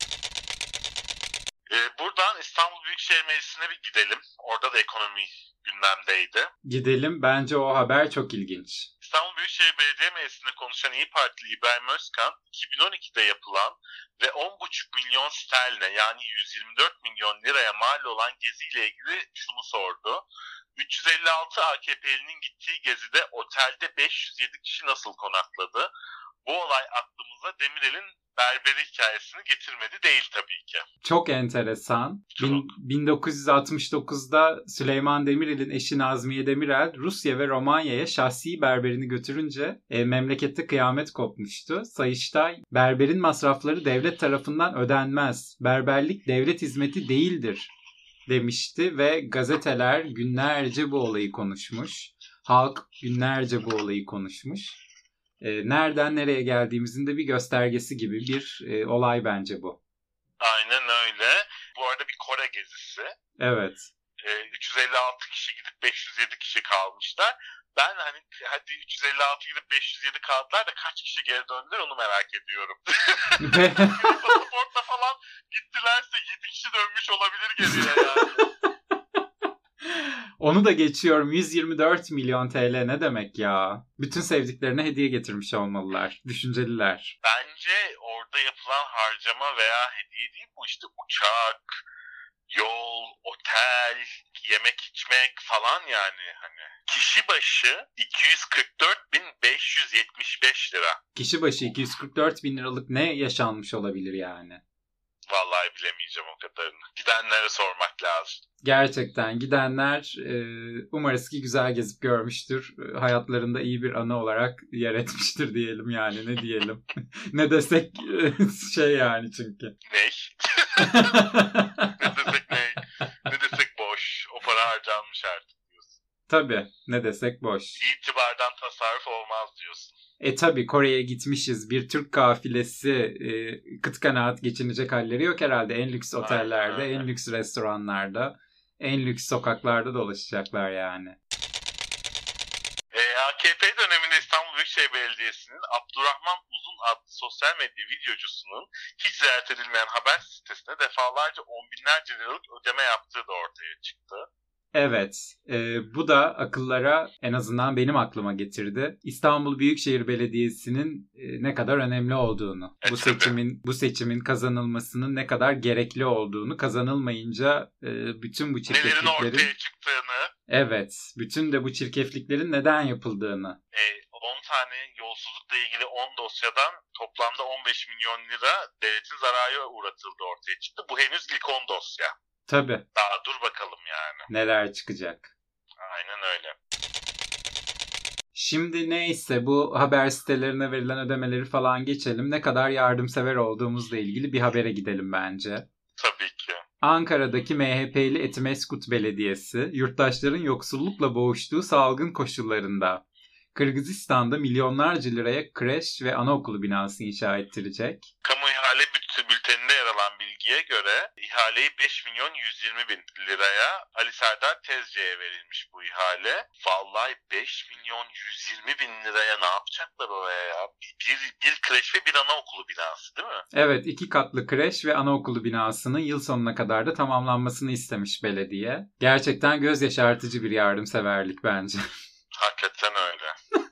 Buradan İstanbul Büyükşehir Meclisi'ne bir gidelim. Orada da ekonomi gündemdeydi. Gidelim. Bence o haber çok ilginç. İstanbul Büyükşehir Belediye Meclisi'nde konuşan İYİ Partili İbrahim Özkan, 2012'de yapılan ve 10,5 milyon sterline yani 124 milyon liraya mal olan geziyle ilgili şunu sordu. 356 AKP'linin gittiği gezide otelde 507 kişi nasıl konakladı? Bu olay aklımıza Demirel'in berberi hikayesini getirmedi değil tabii ki. Çok enteresan. Çok. 1969'da Süleyman Demirel'in eşi Nazmiye Demirel Rusya ve Romanya'ya şahsi berberini götürünce memlekette kıyamet kopmuştu. Sayıştay, berberin masrafları devlet tarafından ödenmez. Berberlik devlet hizmeti değildir demişti ve gazeteler günlerce bu olayı konuşmuş. Halk günlerce bu olayı konuşmuş. Nereden nereye geldiğimizin de bir göstergesi gibi bir olay bence bu. Aynen öyle. Bu arada bir Kore gezisi. Evet. 356 kişi gidip 507 kişi kalmışlar. Ben hani hadi 356 gidip 507 kaldılar da kaç kişi geri döndüler onu merak ediyorum. Pasaportla falan gittilerse 7 kişi dönmüş olabilir geriye yani. Onu da geçiyorum. 124 milyon TL ne demek ya? Bütün sevdiklerine hediye getirmiş olmalılar. Düşünceliler. Bence orada yapılan harcama veya hediye değil bu işte uçak, yol, otel, yemek içmek falan yani hani. Kişi başı 244.575 lira. Kişi başı 244 bin liralık ne yaşanmış olabilir yani? Vallahi bilemeyeceğim o kadarını. Gidenlere sormak lazım. Gerçekten gidenler umarız ki güzel gezip görmüştür. Hayatlarında iyi bir anı olarak yer etmiştir diyelim yani ne diyelim. Ne desek şey yani çünkü. Ne? Ne desek ne? Ne desek boş. O para harcanmış artık diyorsun. Tabii ne desek boş. İtibardan tasarruf olmaz diyorsun. Tabii Kore'ye gitmişiz. Bir Türk kafilesi kıt kanaat geçinecek halleri yok herhalde. En lüks otellerde, Aynen. en lüks restoranlarda, en lüks sokaklarda dolaşacaklar yani. AKP döneminde İstanbul Büyükşehir Belediyesi'nin Abdurrahman Uzun adlı sosyal medya videocusunun hiç ziyaret edilmeyen haber sitesine defalarca on binlerce liralık ödeme yaptığı da ortaya çıktı. Evet, bu da akıllara en azından benim aklıma getirdi. İstanbul Büyükşehir Belediyesi'nin ne kadar önemli olduğunu, bu seçimin kazanılmasının ne kadar gerekli olduğunu, kazanılmayınca bütün bu Nelerin çirkefliklerin ortaya çıktığını. evet, bütün de bu çirkefliklerin neden yapıldığını. 10 tane yolsuzlukla ilgili 10 dosyadan toplamda 15 milyon lira devletin zararı uğratıldı ortaya çıktı. Bu henüz ilk 10 dosya. Tabii. Daha dur bakalım yani. Neler çıkacak. Aynen öyle. Şimdi neyse bu haber sitelerine verilen ödemeleri falan geçelim. Ne kadar yardımsever olduğumuzla ilgili bir habere gidelim bence. Tabii ki. Ankara'daki MHP'li Etimesgut Belediyesi, yurttaşların yoksullukla boğuştuğu salgın koşullarında Kırgızistan'da milyonlarca liraya kreş ve anaokulu binası inşa ettirecek. Kamu ihale bülteninde yer alan bilgiye göre ihaleyi 5 milyon 120 bin liraya Ali Serdar Tezce'ye verilmiş bu ihale. Vallahi 5 milyon 120 bin liraya ne yapacaklar oraya ya? Bir kreş ve bir anaokulu binası değil mi? Evet, 2 katlı kreş ve anaokulu binasının yıl sonuna kadar da tamamlanmasını istemiş belediye. Gerçekten göz yaşartıcı bir yardımseverlik bence. Hakikaten öyle.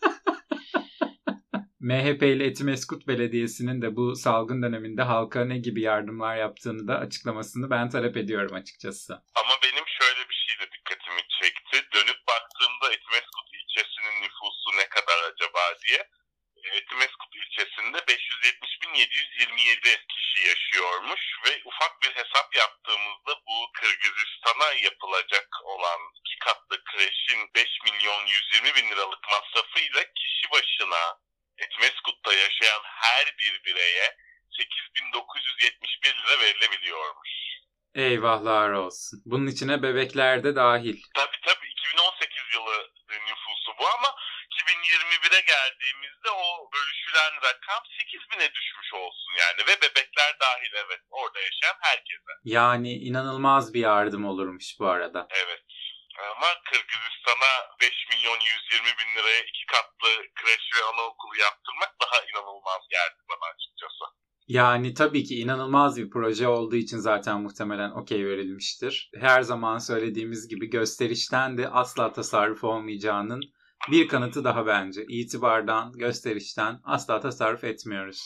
MHP'li Etimesgut Belediyesi'nin de bu salgın döneminde halka ne gibi yardımlar yaptığını da açıklamasını ben talep ediyorum açıkçası. Ama benim şöyle bir şey de dikkatimi çekti. Dönüp baktığımda Etimesgut ilçesinin nüfusu ne kadar acaba diye. Etimesgut ilçesinde 570.727 kişi yaşıyormuş ve ufak bir hesap yaptığımızda bu Kırgızistan'a yapılacak olan 2 katlı kreşin 5 milyon 120 bin liralık masrafıyla kişi başına Etimesgut'ta yaşayan her bir bireye 8.971 lira verilebiliyormuş. Eyvahlar olsun. Bunun içine bebekler de dahil. Tabii 2018 yılı nüfusu bu ama 2021'e geldiğimizde o bölüşülen rakam 8.000'e düşmüş olsun yani ve bebekler dahil evet orada yaşayan herkese. Yani inanılmaz bir yardım olurmuş bu arada. Evet. Ama Kırgızistan'a 5 milyon 120 bin liraya 2 katlı kreş ve anaokulu yaptırmak daha inanılmaz geldi bana açıkçası. Yani tabii ki inanılmaz bir proje olduğu için zaten muhtemelen okey verilmiştir. Her zaman söylediğimiz gibi gösterişten de asla tasarruf olmayacağının bir kanıtı daha bence. İtibardan, gösterişten asla tasarruf etmiyoruz.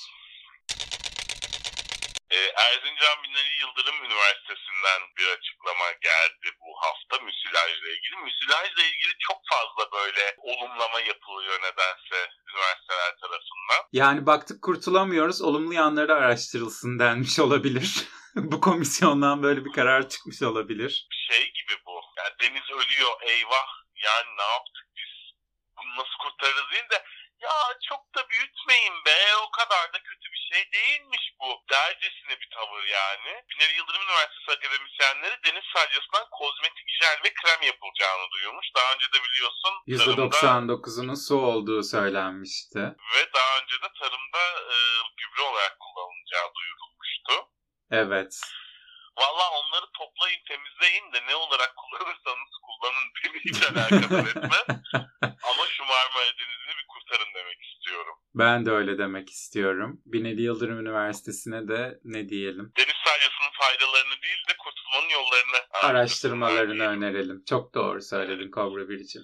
Erzincan Binali Yıldırım Üniversitesi'nden bir açıklama geldi bu hafta müsilajla ilgili. Müsilajla ilgili çok fazla böyle olumlama yapılıyor nedense üniversiteler tarafından. Yani baktık kurtulamıyoruz, olumlu yanları araştırılsın denmiş olabilir. Bu komisyondan böyle bir karar çıkmış olabilir. Şey gibi bu, yani deniz ölüyor eyvah yani ne yaptık biz bunu nasıl kurtarırız değil de ya çok da büyütmeyin be o kadar da kötü bir şey değilmiş bu dercesine bir tavır yani. Binali Yıldırım Üniversitesi akademisyenleri deniz salyasından kozmetik jel ve krem yapılacağını duyurmuş. Daha önce de biliyorsun %99'unun su olduğu söylenmişti. Ve daha önce de tarımda gübre olarak kullanılacağı duyurulmuştu. Evet. Valla onları toplayın temizleyin de ne olarak kullanırsanız kullanın beni hiç alakadar etmez. Ama şu Marmara Denizi'ni bir kurtarın demek istiyorum. Ben de öyle demek istiyorum. Binali Yıldırım Üniversitesi'ne de ne diyelim? Deniz salyasının faydalarını değil de kurtulmanın yollarını araştırmalarını önerelim. Çok doğru söyledin Kobra Biricim.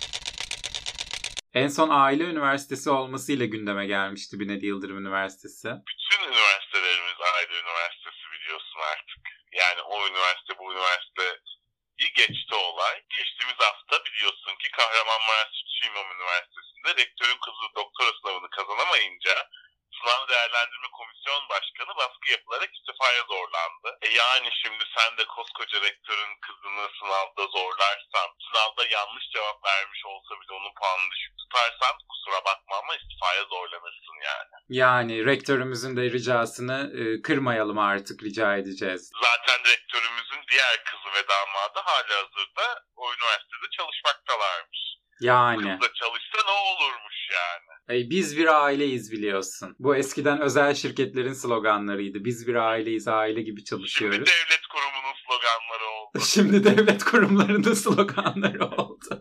En son aile üniversitesi olmasıyla gündeme gelmişti Binali Yıldırım Üniversitesi. Bütün üniversitelerimiz aile üniversitesi biliyorsun artık. Yani o üniversite bu üniversite bir geçti olay. Geçtiğimiz hafta biliyorsun ki Kahramanmaraş Sütçü İmam Üniversitesi'nde rektörün kızı doktora sınavını kazanamayınca Sınav Değerlendirme Komisyon Başkanı baskı yapılarak istifaya zorlandı. Yani şimdi sen de koskoca rektörün kızını sınavda zorlarsan, sınavda yanlış cevap vermiş olsa bile onun puanını düşük tutarsan kusura bakma ama istifaya zorlanırsın yani. Yani rektörümüzün de ricasını kırmayalım artık rica edeceğiz. Zaten rektörümüzün diğer kızı ve damadı halihazırda o üniversitede çalışmaktalarmış. Yani. Kız da çalışsa ne olurmuş yani. Biz bir aileyiz biliyorsun. Bu eskiden özel şirketlerin sloganlarıydı. Biz bir aileyiz, aile gibi çalışıyoruz. Şimdi devlet kurumunun sloganları oldu. Şimdi devlet kurumlarının sloganları oldu.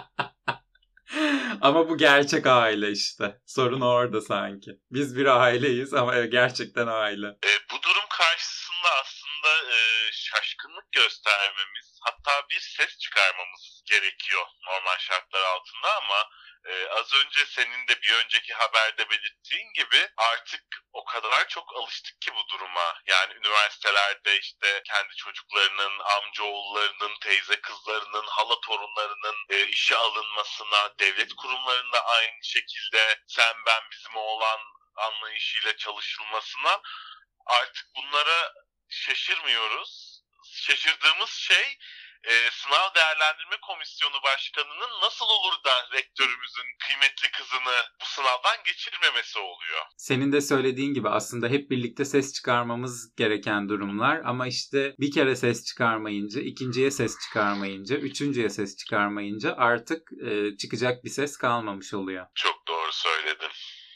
Ama bu gerçek aile işte. Sorun orada sanki. Biz bir aileyiz ama gerçekten aile. Bu durum karşısında aslında şaşkınlık göstermemiz, hatta bir ses çıkarmamız gerekiyor normal şartlar altında ama Az önce senin de bir önceki haberde belirttiğin gibi artık o kadar çok alıştık ki bu duruma. Yani üniversitelerde işte kendi çocuklarının, amcaoğullarının, teyze kızlarının, hala torunlarının işe alınmasına, devlet kurumlarında aynı şekilde sen ben bizim oğlan anlayışıyla çalışılmasına artık bunlara şaşırmıyoruz. Şaşırdığımız şey Sınav Değerlendirme Komisyonu Başkanı'nın nasıl olur da rektörümüzün kıymetli kızını bu sınavdan geçirmemesi oluyor. Senin de söylediğin gibi aslında hep birlikte ses çıkarmamız gereken durumlar ama işte bir kere ses çıkarmayınca, ikinciye ses çıkarmayınca, üçüncüye ses çıkarmayınca artık çıkacak bir ses kalmamış oluyor. Çok doğru söyledin.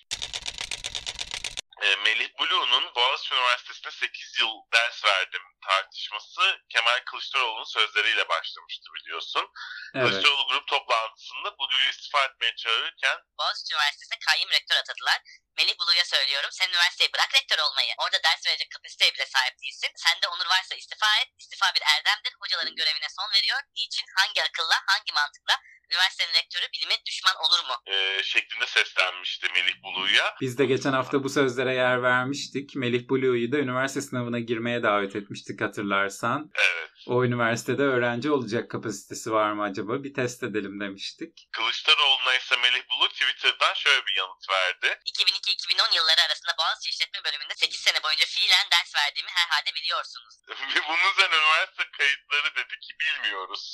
Melih Bulu'nun Boğaziçi Üniversitesi'nde 8 yıl ders verdim tartışması Kemal Kılıçdaroğlu'nun sözleriyle başlamıştı biliyorsun. Evet. Kılıçdaroğlu grup toplantısında Bulu'yu istifa etmeye çağırırken Boğaziçi Üniversitesi'ne kayyum rektör atadılar. Melih Bulu'ya söylüyorum, sen üniversiteyi bırak rektör olmayı. Orada ders verecek kapasiteye bile sahip değilsin. Sende onur varsa istifa et. İstifa bir erdemdir. Hocaların görevine son veriyor. Niçin, hangi akılla, hangi mantıkla üniversitenin rektörü bilime düşman olur mu? Şeklinde seslenmişti Melih Bulu'ya. Biz de geçen hafta bu sözlere yer vermiştik. Melih Bulu'yu da üniversite sınavına girmeye davet etmiştik hatırlarsan. Evet. O üniversitede öğrenci olacak kapasitesi var mı acaba? Bir test edelim demiştik. Kılıçdaroğlu'na ise Melih Bulu Twitter'dan şöyle bir yanıt verdi. 2002-2010 yılları arasında Boğaziçi İşletme Bölümünde 8 sene boyunca fiilen ders verdiğimi herhalde biliyorsunuz. Ve bunun üzerine üniversite kayıtları dedi ki bilmiyoruz.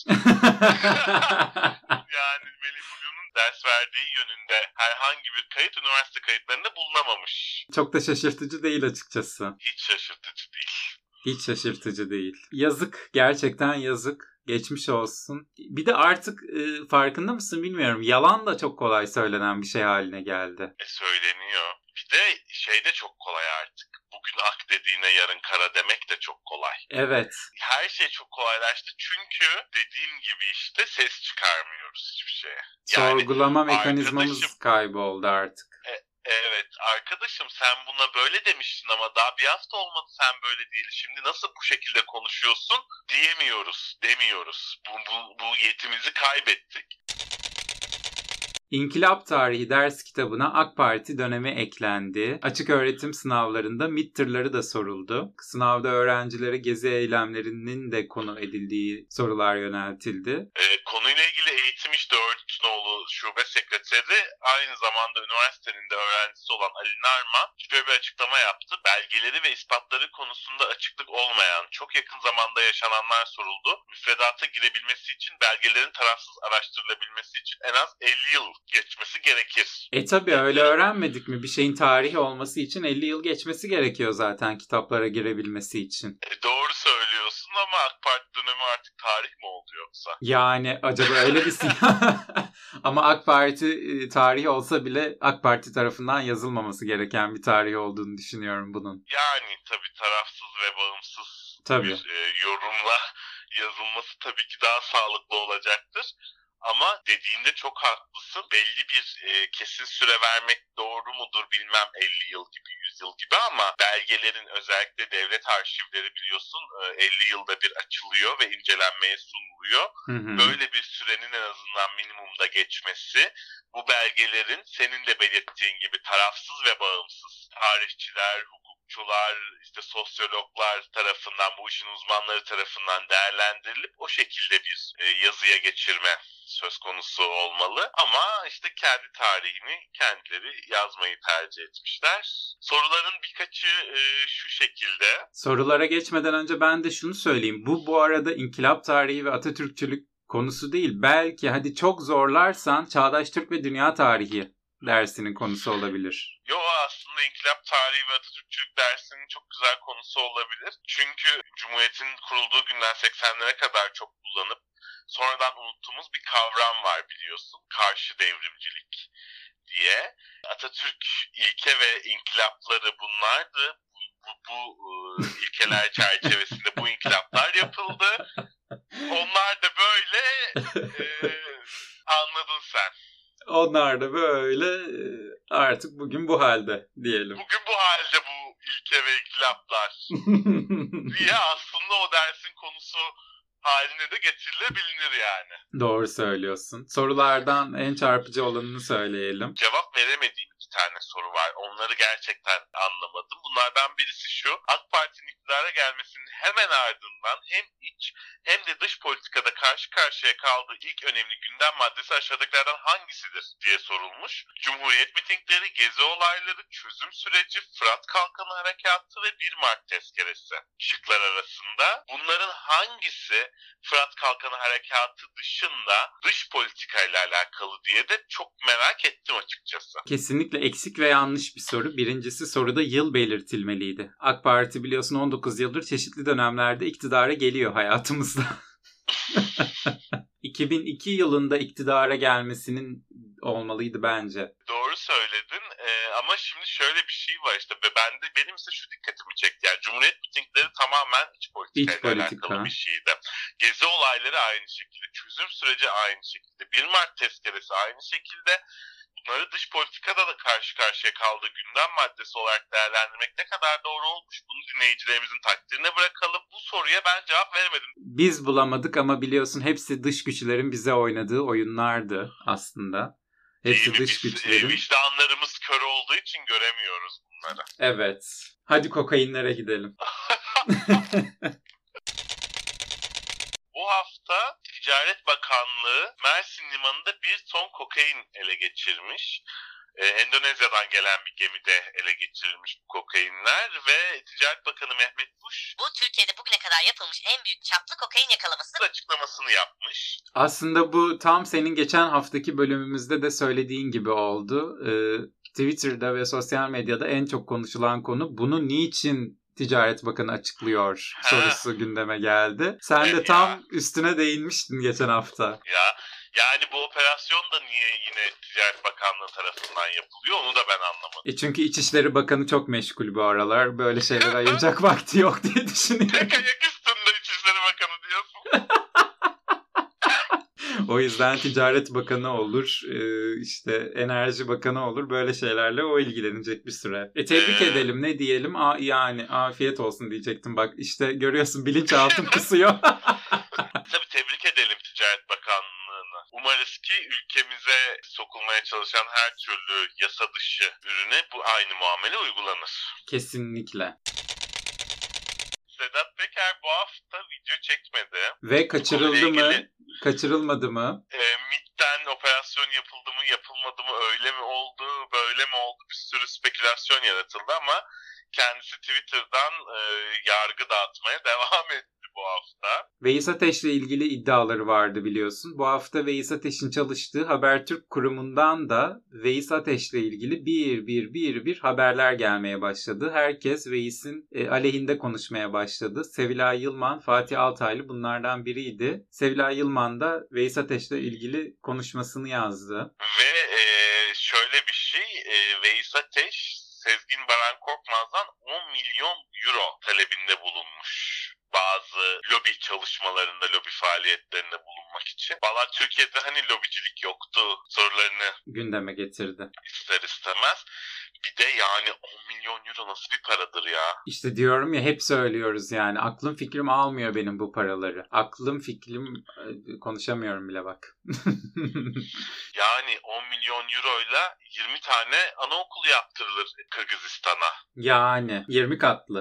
Yani Melih Bulu'nun ders verdiği yönünde herhangi bir kayıt üniversite kayıtlarında bulunamamış. Çok da şaşırtıcı değil açıkçası. Hiç şaşırtıcı değil. Hiç şaşırtıcı değil. Yazık. Gerçekten yazık. Geçmiş olsun. Bir de artık farkında mısın bilmiyorum. Yalan da çok kolay söylenen bir şey haline geldi. Söyleniyor. Bir de şey de çok kolay artık. Bugün ak dediğine yarın kara demek de çok kolay. Evet. Her şey çok kolaylaştı çünkü dediğim gibi işte ses çıkarmıyoruz hiçbir şeye. Sorgulama mekanizmamız arkadaşım, kayboldu artık. Evet arkadaşım sen buna böyle demiştin ama daha bir hafta olmadı sen böyle değil. Şimdi nasıl bu şekilde konuşuyorsun demiyoruz. Bu yetimizi kaybettik. İnkılap Tarihi ders kitabına AK Parti dönemi eklendi. Açık öğretim sınavlarında midterm'ları da soruldu. Sınavda öğrencilere gezi eylemlerinin de konu edildiği sorular yöneltildi. Konuyla ilgili Eğitim İş 4 Nolu Şube Sekreteri aynı zamanda üniversitenin de öğrencisi olan Ali Narman şöyle bir açıklama yaptı. Belgeleri ve ispatları konusunda açıklık olmayan çok yakın zamanda yaşananlar soruldu. Müfredata girebilmesi için belgelerin tarafsız araştırılabilmesi için en az 50 yıl geçmesi gerekir. Tabii öyle öğrenmedik mi? Bir şeyin tarihi olması için 50 yıl geçmesi gerekiyor zaten kitaplara girebilmesi için. Doğru söylüyorsun ama AK Parti dönemi artık tarih mi oldu yoksa? Yani acaba öyle bir ama AK Parti tarihi olsa bile AK Parti tarafından yazılmaması gereken bir tarih olduğunu düşünüyorum bunun. Yani tabii tarafsız ve bağımsız bir yorumla yazılması tabii ki daha sağlıklı olacaktır. Ama dediğinde çok haklısın. Belli bir kesin süre vermek doğru mudur bilmem 50 yıl gibi 100 yıl gibi ama belgelerin özellikle devlet arşivleri biliyorsun 50 yılda bir açılıyor ve incelenmeye sunuluyor. Böyle bir sürenin en azından minimumda geçmesi bu belgelerin senin de belirttiğin gibi tarafsız ve bağımsız tarihçiler, hukukçular, işte sosyologlar tarafından bu işin uzmanları tarafından değerlendirilip o şekilde bir yazıya geçirme söz konusu olmalı. Ama işte kendi tarihini kendileri yazmayı tercih etmişler. Soruların birkaçı şu şekilde. Sorulara geçmeden önce ben de şunu söyleyeyim. Bu arada inkılap tarihi ve Atatürkçülük konusu değil. Belki hadi çok zorlarsan Çağdaş Türk ve Dünya Tarihi dersinin konusu olabilir. Yo aslında inkılap tarihi ve Atatürkçülük dersinin çok güzel konusu olabilir. Çünkü Cumhuriyet'in kurulduğu günden 80'lere kadar çok kullanıp sonradan unuttuğumuz bir kavram var biliyorsun. Karşı devrimcilik diye. Atatürk ilke ve inkılapları bunlardı. Bu ilkeler çerçevesinde bu inkılaplar yapıldı. Onlar da böyle anladın sen. Onlar da böyle artık bugün bu halde diyelim. Bugün bu halde bu ilke ve inkılaplar diye aslında o dersin konusu haline de getirilebilir yani. Doğru söylüyorsun. Sorulardan en çarpıcı olanını söyleyelim. Cevap veremediğim 2 tane soru var. Onları gerçekten anlamadım. Bunlardan birisi şu: AK Parti'nin iktidara gelmesinin hemen ardından hem iç hem de dış politikada karşı karşıya kaldığı ilk önemli gündem maddesi aşağıdakilerden hangisidir diye sorulmuş. Cumhuriyet mitingleri, gezi olayları, çözüm süreci, Fırat Kalkanı Harekatı ve 1 Mart tezkeresi şıklar arasında. Bunların hangisi Fırat Kalkanı Harekatı dışında dış politikayla alakalı diye de çok merak ettim açıkçası. Kesinlikle eksik ve yanlış bir soru. Birincisi soruda yıl belirtilmeliydi. AK Parti biliyorsun 19 yıldır çeşitli dönemlerde iktidara geliyor hayatımızda. 2002 yılında iktidara gelmesinin olmalıydı bence. Doğru söyledin ama şimdi şöyle bir şey var işte benim ise şu dikkatimi çekti. Yani Cumhuriyet mitingleri tamamen iç politikayla alakalı bir şeydi. Gezi olayları aynı şekilde, çözüm süreci aynı şekilde, 1 Mart tezkeresi aynı şekilde. Bunları dış politikada da karşı karşıya kaldığı gündem maddesi olarak değerlendirmek ne kadar doğru olmuş, bunu dinleyicilerimizin takdirine bırakalım. Bu soruya ben cevap veremedim. Biz bulamadık ama biliyorsun hepsi dış güçlerin bize oynadığı oyunlardı aslında. Hepsi dış güçlerin. Vicdanlarımız kör olduğu için göremiyoruz bunları. Evet. Hadi kokainlere gidelim. Bu hafta Ticaret Bakanlığı Mersin Limanı'nda bir ton kokain ele geçirmiş. Endonezya'dan gelen bir gemide ele geçirilmiş bu kokainler ve Ticaret Bakanı Mehmet Buş Bu Türkiye'de bugüne kadar yapılmış en büyük çaplı kokain yakalaması. açıklamasını yapmış. Aslında bu tam senin geçen haftaki bölümümüzde de söylediğin gibi oldu. Twitter'da ve sosyal medyada en çok konuşulan konu bunu niçin Ticaret Bakanı açıklıyor sorusu gündeme geldi. Sen de tam üstüne değinmiştin geçen hafta. Yani bu operasyon da niye yine Ticaret Bakanlığı tarafından yapılıyor onu da ben anlamadım. Çünkü İçişleri Bakanı çok meşgul bu aralar. Böyle şeyler ayıracak vakti yok diye düşünüyorum. Tek ayak üstünde İçişleri Bakanı diyorsun. O yüzden Ticaret Bakanı olur, işte Enerji Bakanı olur. Böyle şeylerle o ilgilenecek bir süre. Tebrik edelim, ne diyelim? Yani afiyet olsun diyecektim. Bak işte görüyorsun bilinçaltım kısıyor. Tabii tebrik edelim Ticaret Bakanlığı'nı. Umarız ki ülkemize sokulmaya çalışan her türlü yasa dışı ürüne bu aynı muamele uygulanır. Kesinlikle. Sedat Peker bu hafta video çekmedi. Ve kaçırıldı mı? Kaçırılmadı mı? MİT'ten operasyon yapıldı mı, yapılmadı mı, öyle mi oldu, böyle mi oldu, bir sürü spekülasyon yaratıldı ama kendisi Twitter'dan yargı dağıtmaya devam etti bu hafta. Veys Ateş'le ilgili iddiaları vardı biliyorsun. Bu hafta Veys Ateş'in çalıştığı Habertürk kurumundan da Veys Ateş'le ilgili bir haberler gelmeye başladı. Herkes Veys'in aleyhinde konuşmaya başladı. Sevilay Yılman, Fatih Altaylı bunlardan biriydi. Sevilay Yılman da Veys Ateş'le ilgili konuşmasını yazdı. Ve şöyle bir şey, Veys Ateş Sezgin Baran Korkmaz'dan 10 milyon euro talebinde bulunmuş. Bazı lobi çalışmalarında, lobi faaliyetlerinde bulunmak için. Valla Türkiye'de hani lobicilik yoktu sorularını gündeme getirdi. İster istemez. Bir de yani 10 milyon euro nasıl bir paradır ya? İşte diyorum ya hep söylüyoruz yani. Aklım fikrim almıyor benim bu paraları. Aklım fikrim konuşamıyorum bile bak. Yani 10 milyon euroyla 20 tane anaokulu yaptırılır Kırgızistan'a. Yani 20 katlı.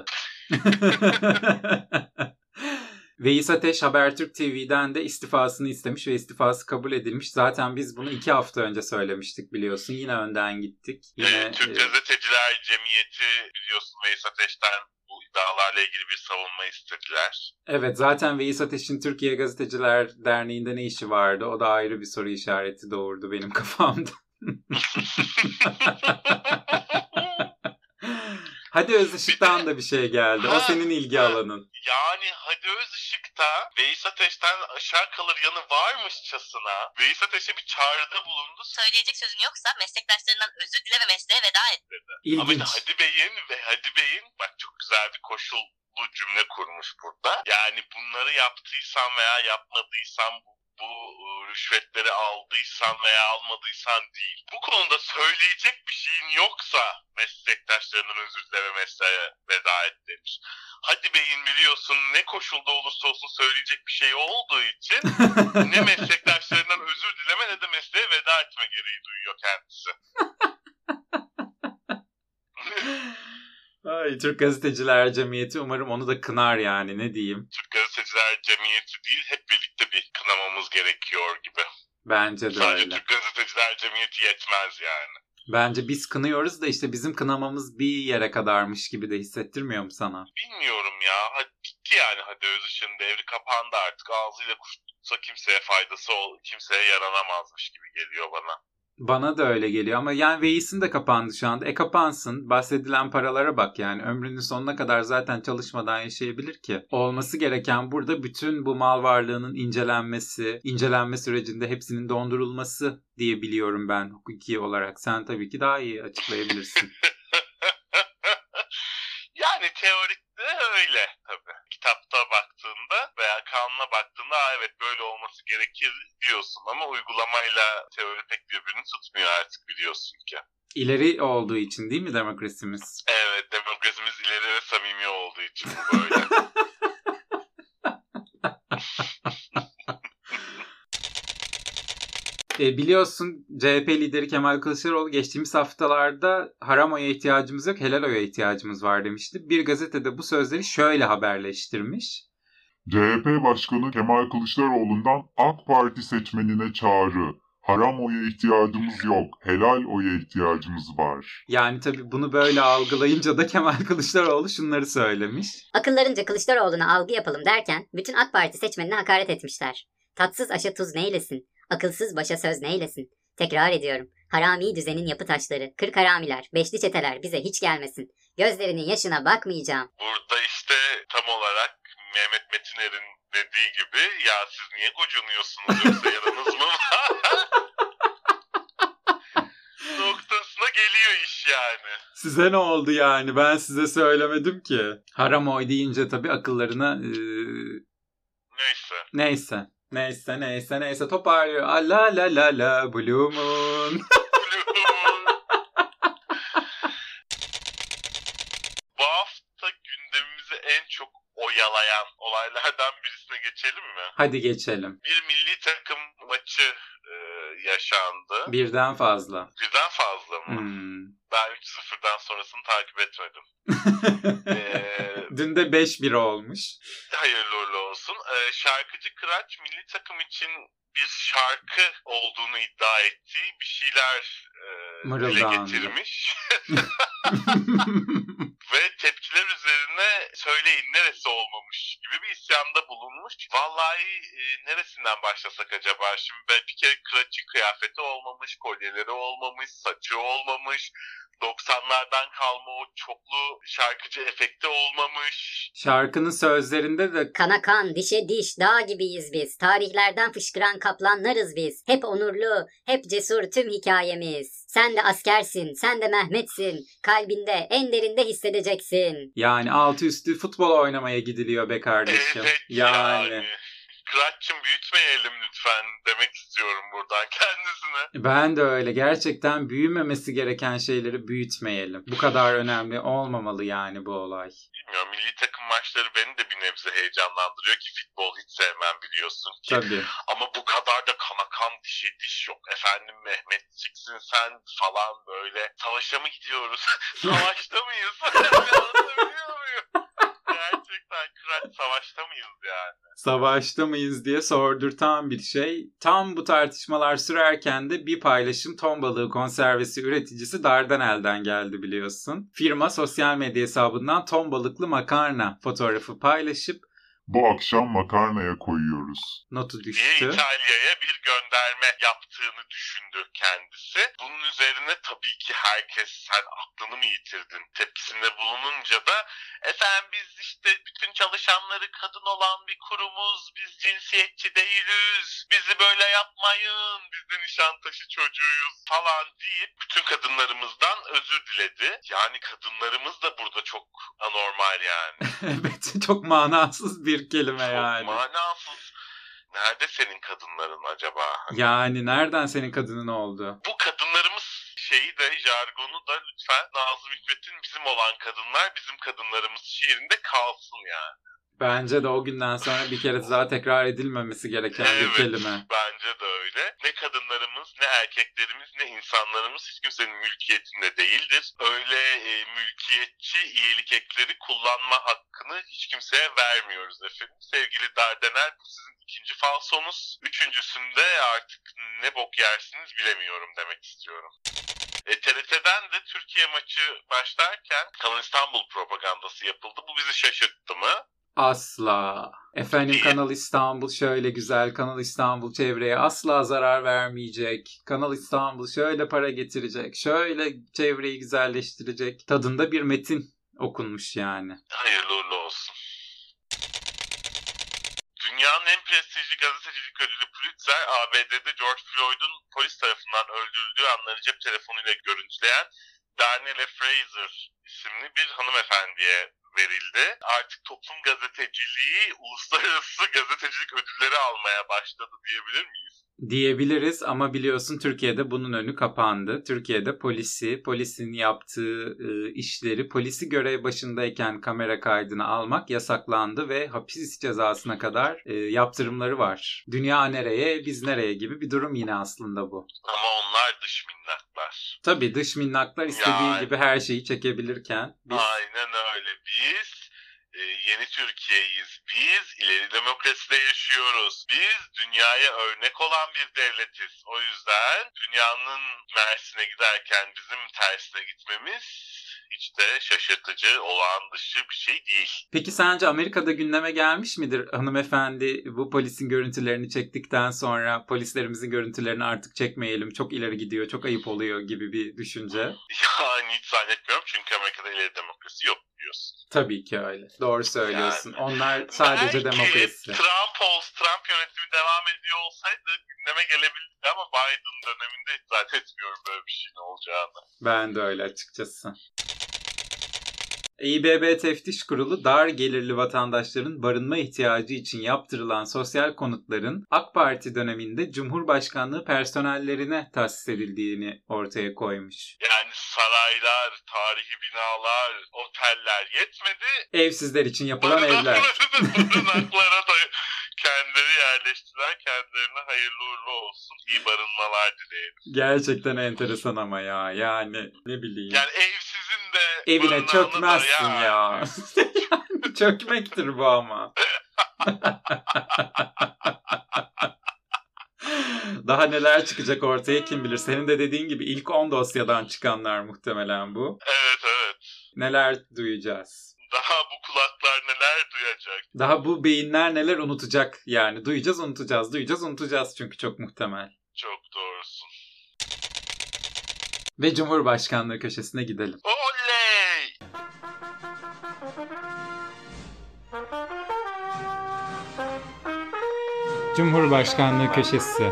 Veys Ateş Habertürk TV'den de istifasını istemiş ve istifası kabul edilmiş. Zaten biz bunu 2 hafta önce söylemiştik biliyorsun. Yine önden gittik. Yine, Türk Gazeteciler Cemiyeti biliyorsun Veys Ateş'ten bu iddialarla ilgili bir savunma istediler. Evet zaten Veys Ateş'in Türkiye Gazeteciler Derneği'nde ne işi vardı? O da ayrı bir soru işareti doğurdu benim kafamda. Hadi Özışık'tan da bir şey geldi. O senin ilgi alanın. Yani Hadi Özışık'ta Veys Ateş'ten aşağı kalır yanı varmışçasına Veys Ateş'e bir çağrıda bulundu. Söyleyecek sözün yoksa meslektaşlarından özür dile ve mesleğe veda et dedi. İlginç. Ama Hadi Bey'in bak çok güzel bir koşullu cümle kurmuş burada. Yani bunları yaptıysam veya yapmadıysam bu rüşvetleri aldıysan veya almadıysan değil. Bu konuda söyleyecek bir şeyin yoksa meslektaşlarının özür dileme mesleğe veda et demiş. Hadi beyin biliyorsun ne koşulda olursa olsun söyleyecek bir şey olduğu için ne meslektaşlarından özür dileme ne de mesleğe veda etme gereği duyuyor kendisi. Ay, Türk Gazeteciler Cemiyeti umarım onu da kınar yani, ne diyeyim. Türk Gazeteciler Cemiyeti değil, hep birlikte bir kınamamız gerekiyor gibi. Bence de Sadece öyle. Türk Gazeteciler Cemiyeti yetmez yani. Bence biz kınıyoruz da işte bizim kınamamız bir yere kadarmış gibi de hissettirmiyor mu sana? Bilmiyorum ya. Hadi gitti yani, hadi Özışık'ın devri kapandı artık. Ağzıyla kuş tutsa kimseye faydası kimseye yaranamazmış gibi geliyor bana. Bana da öyle geliyor ama yani Veys'in de kapandı şu anda. Kapansın. Bahsedilen paralara bak yani. Ömrünün sonuna kadar zaten çalışmadan yaşayabilir ki. Olması gereken burada bütün bu mal varlığının incelenme sürecinde hepsinin dondurulması diye biliyorum ben hukuki olarak. Sen tabii ki daha iyi açıklayabilirsin. Yani teorikte öyle tabii. Kitapta baktığında veya kanuna baktığında evet böyle olması gerekir diyorsun ama uygulamayla teori pek birbirini tutmuyor artık, biliyorsun ki. İleri olduğu için değil mi demokrasimiz? Evet, demokrasimiz ileri ve samimi olduğu için bu böyle. Biliyorsun CHP lideri Kemal Kılıçdaroğlu geçtiğimiz haftalarda haram oya ihtiyacımız yok, helal oya ihtiyacımız var demişti. Bir gazetede bu sözleri şöyle haberleştirmiş. CHP Başkanı Kemal Kılıçdaroğlu'ndan AK Parti seçmenine çağrı. Haram oya ihtiyacımız yok, helal oya ihtiyacımız var. Yani tabii bunu böyle algılayınca da Kemal Kılıçdaroğlu şunları söylemiş. Akıllarınca Kılıçdaroğlu'na algı yapalım derken bütün AK Parti seçmenine hakaret etmişler. Tatsız aşa tuz neylesin? Akılsız başa söz neylesin? Tekrar ediyorum. Harami düzenin yapı taşları, 40 haramiler, beşli çeteler bize hiç gelmesin. Gözlerinin yaşına bakmayacağım. Burada işte tam olarak Mehmet Metiner'in dediği gibi, ya siz niye gocunuyorsunuz yoksa yaranız mı var? Noktasına geliyor iş yani. Size ne oldu yani? Ben size söylemedim ki. Haram oy deyince tabii akıllarına... Neyse toparlıyor. La la la la Blue Moon. Bu hafta gündemimizi en çok oyalayan olaylardan birisine geçelim mi? Hadi geçelim. Bir milli takım maçı yaşandı. Birden fazla. Birden fazla mı? Ben 3-0'dan sonrasını takip etmedim. Dün de 5-1 olmuş. Hayırlı uğurlu olsun. Şarkıcı Kıraç milli takım için bir şarkı olduğunu iddia ettiği bir şeyler dile getirmiş. Ve tepkiler üzerine söyleyin neresi olmamış gibi bir isyanda bulunmuş. Vallahi neresinden başlasak acaba? Şimdi bir kere Kıraç'ın kıyafeti olmamış, kolyeleri olmamış, saçı olmamış. 90'lardan kalma o çoklu şarkıcı efekti olmamış. Şarkının sözlerinde de kana kan, dişe diş, dağ gibiyiz biz. Tarihlerden fışkıran kaplanlarız biz. Hep onurlu, hep cesur tüm hikayemiz. Sen de askersin, sen de Mehmet'sin. Kalbinde, en derinde hissedeceksin. Yani altı üstü futbol oynamaya gidiliyor be kardeşim. Evet yani. Kıraç'cığım büyütmeyelim lütfen demek istiyorum buradan kendisine. Ben de öyle. Gerçekten büyümemesi gereken şeyleri büyütmeyelim. Bu kadar önemli olmamalı yani bu olay. Bilmiyorum, milli takım maçları beni de bir nebze heyecanlandırıyor ki futbol hiç sevmem biliyorsun ki. Tabii. Ama bu kadar da kana kan dişe diş yok. Efendim Mehmetçiksin sen falan böyle. Savaşa mı gidiyoruz? Savaşta mıyız? Anlatabiliyor muyum? Gerçekten Kıraç savaşta mıyız yani? Savaşta mıyız diye sordurtan bir şey. Tam bu tartışmalar sürerken de bir paylaşım ton balığı konservesi üreticisi Dardanel'den geldi biliyorsun. Firma sosyal medya hesabından ton balıklı makarna fotoğrafı paylaşıp bu akşam makarnaya koyuyoruz notu diye düştü. İtalya'ya bir gönderme yaptığını düşündü kendisi. Bunun üzerine tabii ki herkes sen aklını mı yitirdin tepkisinde bulununca da efendim biz işte bütün çalışanları kadın olan bir kurumuz, biz cinsiyetçi değiliz, bizi böyle yapmayın, biz de Nişantaşı çocuğuyuz falan deyip bütün kadınlarımızdan özür diledi. Yani kadınlarımız da burada çok anormal yani. Evet, çok manasız bir kelime çok yani. manasız. Nerede senin kadınların acaba? Yani nereden senin kadının oldu? Bu kadınlarımız şeyi de jargonu da lütfen Nazım Hikmet'in bizim olan kadınlar bizim kadınlarımız şiirinde kalsın yani. Bence de o günden sonra bir kere daha tekrar edilmemesi gereken bir kelime. Bence de öyle. Ne kadınlarımız, ne erkeklerimiz, ne insanlarımız hiç kimsenin mülkiyetinde değildir. Öyle mülkiyetçi iyilik ekleri kullanma hakkını hiç kimseye vermiyoruz efendim. Sevgili Dardanel, bu sizin ikinci falsonuz. Üçüncüsünde artık ne bok yersiniz bilemiyorum demek istiyorum. TRT'den de Türkiye maçı başlarken Kanal İstanbul propagandası yapıldı. Bu bizi şaşırttı mı? Asla. Efendim Kanal İstanbul şöyle güzel, Kanal İstanbul çevreye asla zarar vermeyecek. Kanal İstanbul şöyle para getirecek, şöyle çevreyi güzelleştirecek. Tadında bir metin okunmuş yani. Hayırlı uğurlu olsun. Dünyanın en prestijli gazetecilik ödülü Pulitzer, ABD'de George Floyd'un polis tarafından öldürüldüğü anları cep telefonuyla görüntüleyen Darnella Fraser isimli bir hanımefendiye verildi. Artık toplum gazeteciliği uluslararası gazetecilik ödülleri almaya başladı diyebilir miyiz? Diyebiliriz ama biliyorsun Türkiye'de bunun önü kapandı. Türkiye'de polisin yaptığı işleri, polisi görev başındayken kamera kaydını almak yasaklandı ve hapis cezasına kadar yaptırımları var. Dünya nereye, biz nereye gibi bir durum yine aslında bu. Ama onlar dış minnaklar. Tabii dış minnaklar istediği gibi her şeyi çekebilirken biz... Aynen öyle. Biz yeni Türkiye'yiz. Biz ileri demokraside yaşıyoruz. Biz dünyaya örnek olan bir devletiz. O yüzden dünyanın Mersin'e giderken bizim tersine gitmemiz hiç de şaşırtıcı, olağan dışı bir şey değil. Peki sence Amerika'da gündeme gelmiş midir hanımefendi bu polisin görüntülerini çektikten sonra polislerimizin görüntülerini artık çekmeyelim, çok ileri gidiyor, çok ayıp oluyor gibi bir düşünce? Yani hiç zannetmiyorum çünkü Amerika'da ileri demokrasi yok biliyorsun. Tabii ki öyle. Doğru söylüyorsun. Yani, onlar sadece demokrasi. Belki Trump yönetimi devam ediyor olsaydı gündeme gelebilirdi ama Biden döneminde hiç zannetmiyorum böyle bir şeyin olacağını. Ben de öyle açıkçası. İBB Teftiş Kurulu dar gelirli vatandaşların barınma ihtiyacı için yaptırılan sosyal konutların AK Parti döneminde Cumhurbaşkanlığı personellerine tahsis edildiğini ortaya koymuş. Yani saraylar, tarihi binalar, oteller yetmedi. Evsizler için yapılan evler. Barınaklara da kendileri yerleştiler. Kendilerine hayırlı uğurlu olsun. İyi barınmalar dileyelim. Gerçekten enteresan ama ya. Yani ne bileyim. Yani evsizin de evine çökmezsin ya. Çökmektir bu ama. Daha neler çıkacak ortaya kim bilir. Senin de dediğin gibi ilk 10 dosyadan çıkanlar muhtemelen bu. Evet. Neler duyacağız? Daha bu kulaklar neler duyacak? Daha bu beyinler neler unutacak yani. Duyacağız unutacağız çünkü çok muhtemel. Çok doğrusun. Ve Cumhurbaşkanlığı köşesine gidelim. Oley! Cumhurbaşkanlığı köşesi.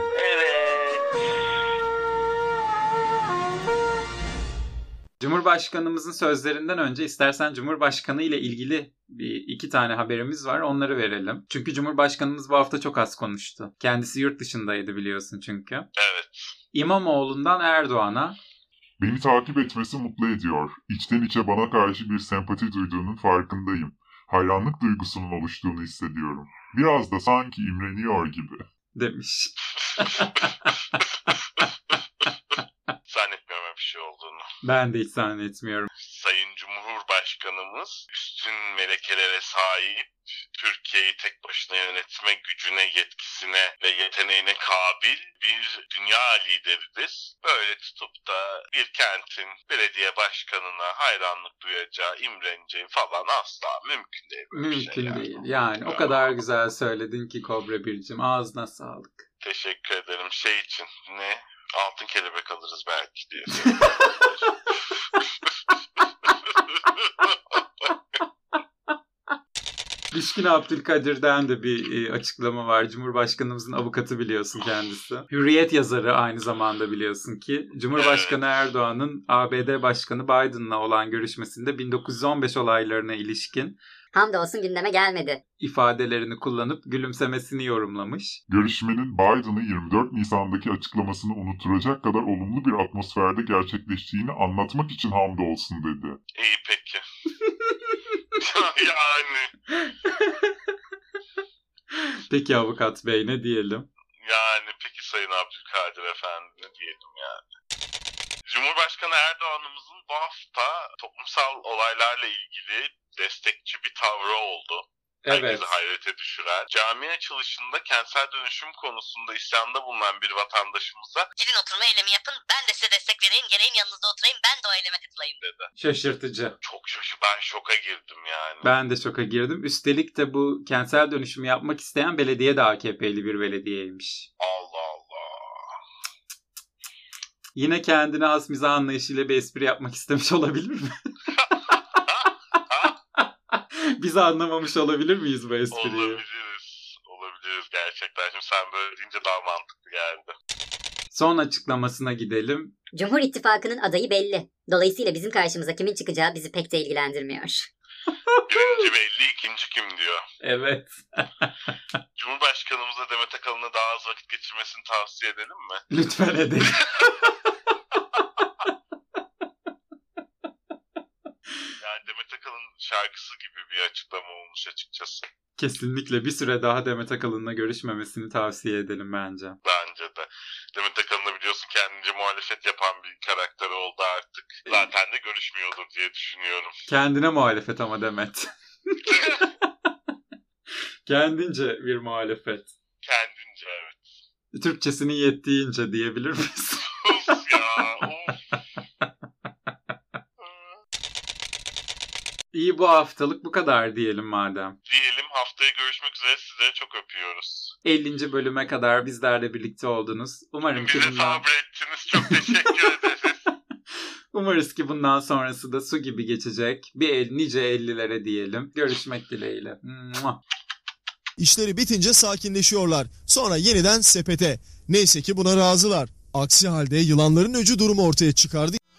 Cumhurbaşkanımızın sözlerinden önce istersen Cumhurbaşkanı ile ilgili iki tane haberimiz var. Onları verelim. Çünkü Cumhurbaşkanımız bu hafta çok az konuştu. Kendisi yurt dışındaydı biliyorsun çünkü. Evet. İmamoğlu'ndan Erdoğan'a. Beni takip etmesi mutlu ediyor. İçten içe bana karşı bir sempati duyduğunun farkındayım. Hayranlık duygusunun oluştuğunu hissediyorum. Biraz da sanki imreniyor gibi. Demiş. Zannetmiyorum bir şey olduğunu. Ben de hiç zannetmiyorum. Sayın Cumhurbaşkanımız üstün melekelere sahip, Türkiye'yi tek başına yönetme gücüne, yetkisine ve yeteneğine kabil bir dünya lideridir. Böyle tutup da bir kentin belediye başkanına hayranlık duyacağı, imreneceği falan asla mümkün değil. Mümkün değil. Yani o kadar güzel söyledin ki Kobra Bircim. Ağzına sağlık. Teşekkür ederim. Şey için ne? Altın kelebek alırız belki diye. Düşkün Abdülkadir'den de bir açıklama var. Cumhurbaşkanımızın avukatı biliyorsun kendisi. Hürriyet yazarı aynı zamanda biliyorsun ki. Cumhurbaşkanı Erdoğan'ın ABD Başkanı Biden'la olan görüşmesinde 1915 olaylarına ilişkin Hamdolsun gündeme gelmedi ifadelerini kullanıp gülümsemesini yorumlamış. Görüşmenin Biden'ı 24 Nisan'daki açıklamasını unutturacak kadar olumlu bir atmosferde gerçekleştiğini anlatmak için hamdolsun dedi. İyi peki. Yani. Peki avukat bey ne diyelim? Yani peki Sayın Abdülkadir Efendi ne diyelim yani. Cumhurbaşkanı Erdoğan'ımızın bu hafta toplumsal olaylarla ilgili destekçi bir tavrı oldu. Evet. Herkesi hayrete düşüren. Cami açılışında kentsel dönüşüm konusunda isyanda bulunan bir vatandaşımıza Gidin oturma eylemi yapın, ben de size destek vereyim, geleyim yanınızda oturayım, ben de o eyleme katılayım dedi. Şaşırtıcı. Çok ben şoka girdim yani. Ben de şoka girdim. Üstelik de bu kentsel dönüşümü yapmak isteyen belediye de AKP'li bir belediyeymiş. Allah Allah. Yine kendine has mizah anlayışıyla bir espri yapmak istemiş olabilir mi? Biz anlamamış olabilir miyiz bu espriyi? Olabiliriz gerçekten. Şimdi sen böyle deyince daha mantıklı geldi. Son açıklamasına gidelim. Cumhur İttifakı'nın adayı belli. Dolayısıyla bizim karşımıza kimin çıkacağı bizi pek de ilgilendirmiyor. Birinci belli, ikinci kim diyor. Evet. Cumhurbaşkanımıza Demet Akalın'a daha az vakit geçirmesini tavsiye edelim mi? Lütfen edelim. Yani Demet Akalın şarkısı gibi bir açıklama olmuş açıkçası. Kesinlikle bir süre daha Demet Akalın'la görüşmemesini tavsiye edelim bence. Bence de. Demet Akalın'la biliyorsun kendince muhalefet yapan bir karakter oldu artık. Zaten de görüşmüyordur diye düşünüyorum. Kendine muhalefet ama Demet. Kendince bir muhalefet. Kendince evet. Türkçesini yettiğince diyebilir miyiz? Of ya of. İyi bu haftalık bu kadar diyelim madem. Diyelim haftaya görüşmek üzere, sizleri çok öpüyoruz. 50. bölüme kadar bizlerle birlikte oldunuz. Umarım ki Bize sabrettiniz, çok teşekkür ederiz. Umarız ki bundan sonrası da su gibi geçecek. Nice 50'lere diyelim. Görüşmek dileğiyle. Mua. İşleri bitince sakinleşiyorlar. Sonra yeniden sepete. Neyse ki buna razılar. Aksi halde yılanların öcü durumu ortaya çıkardı.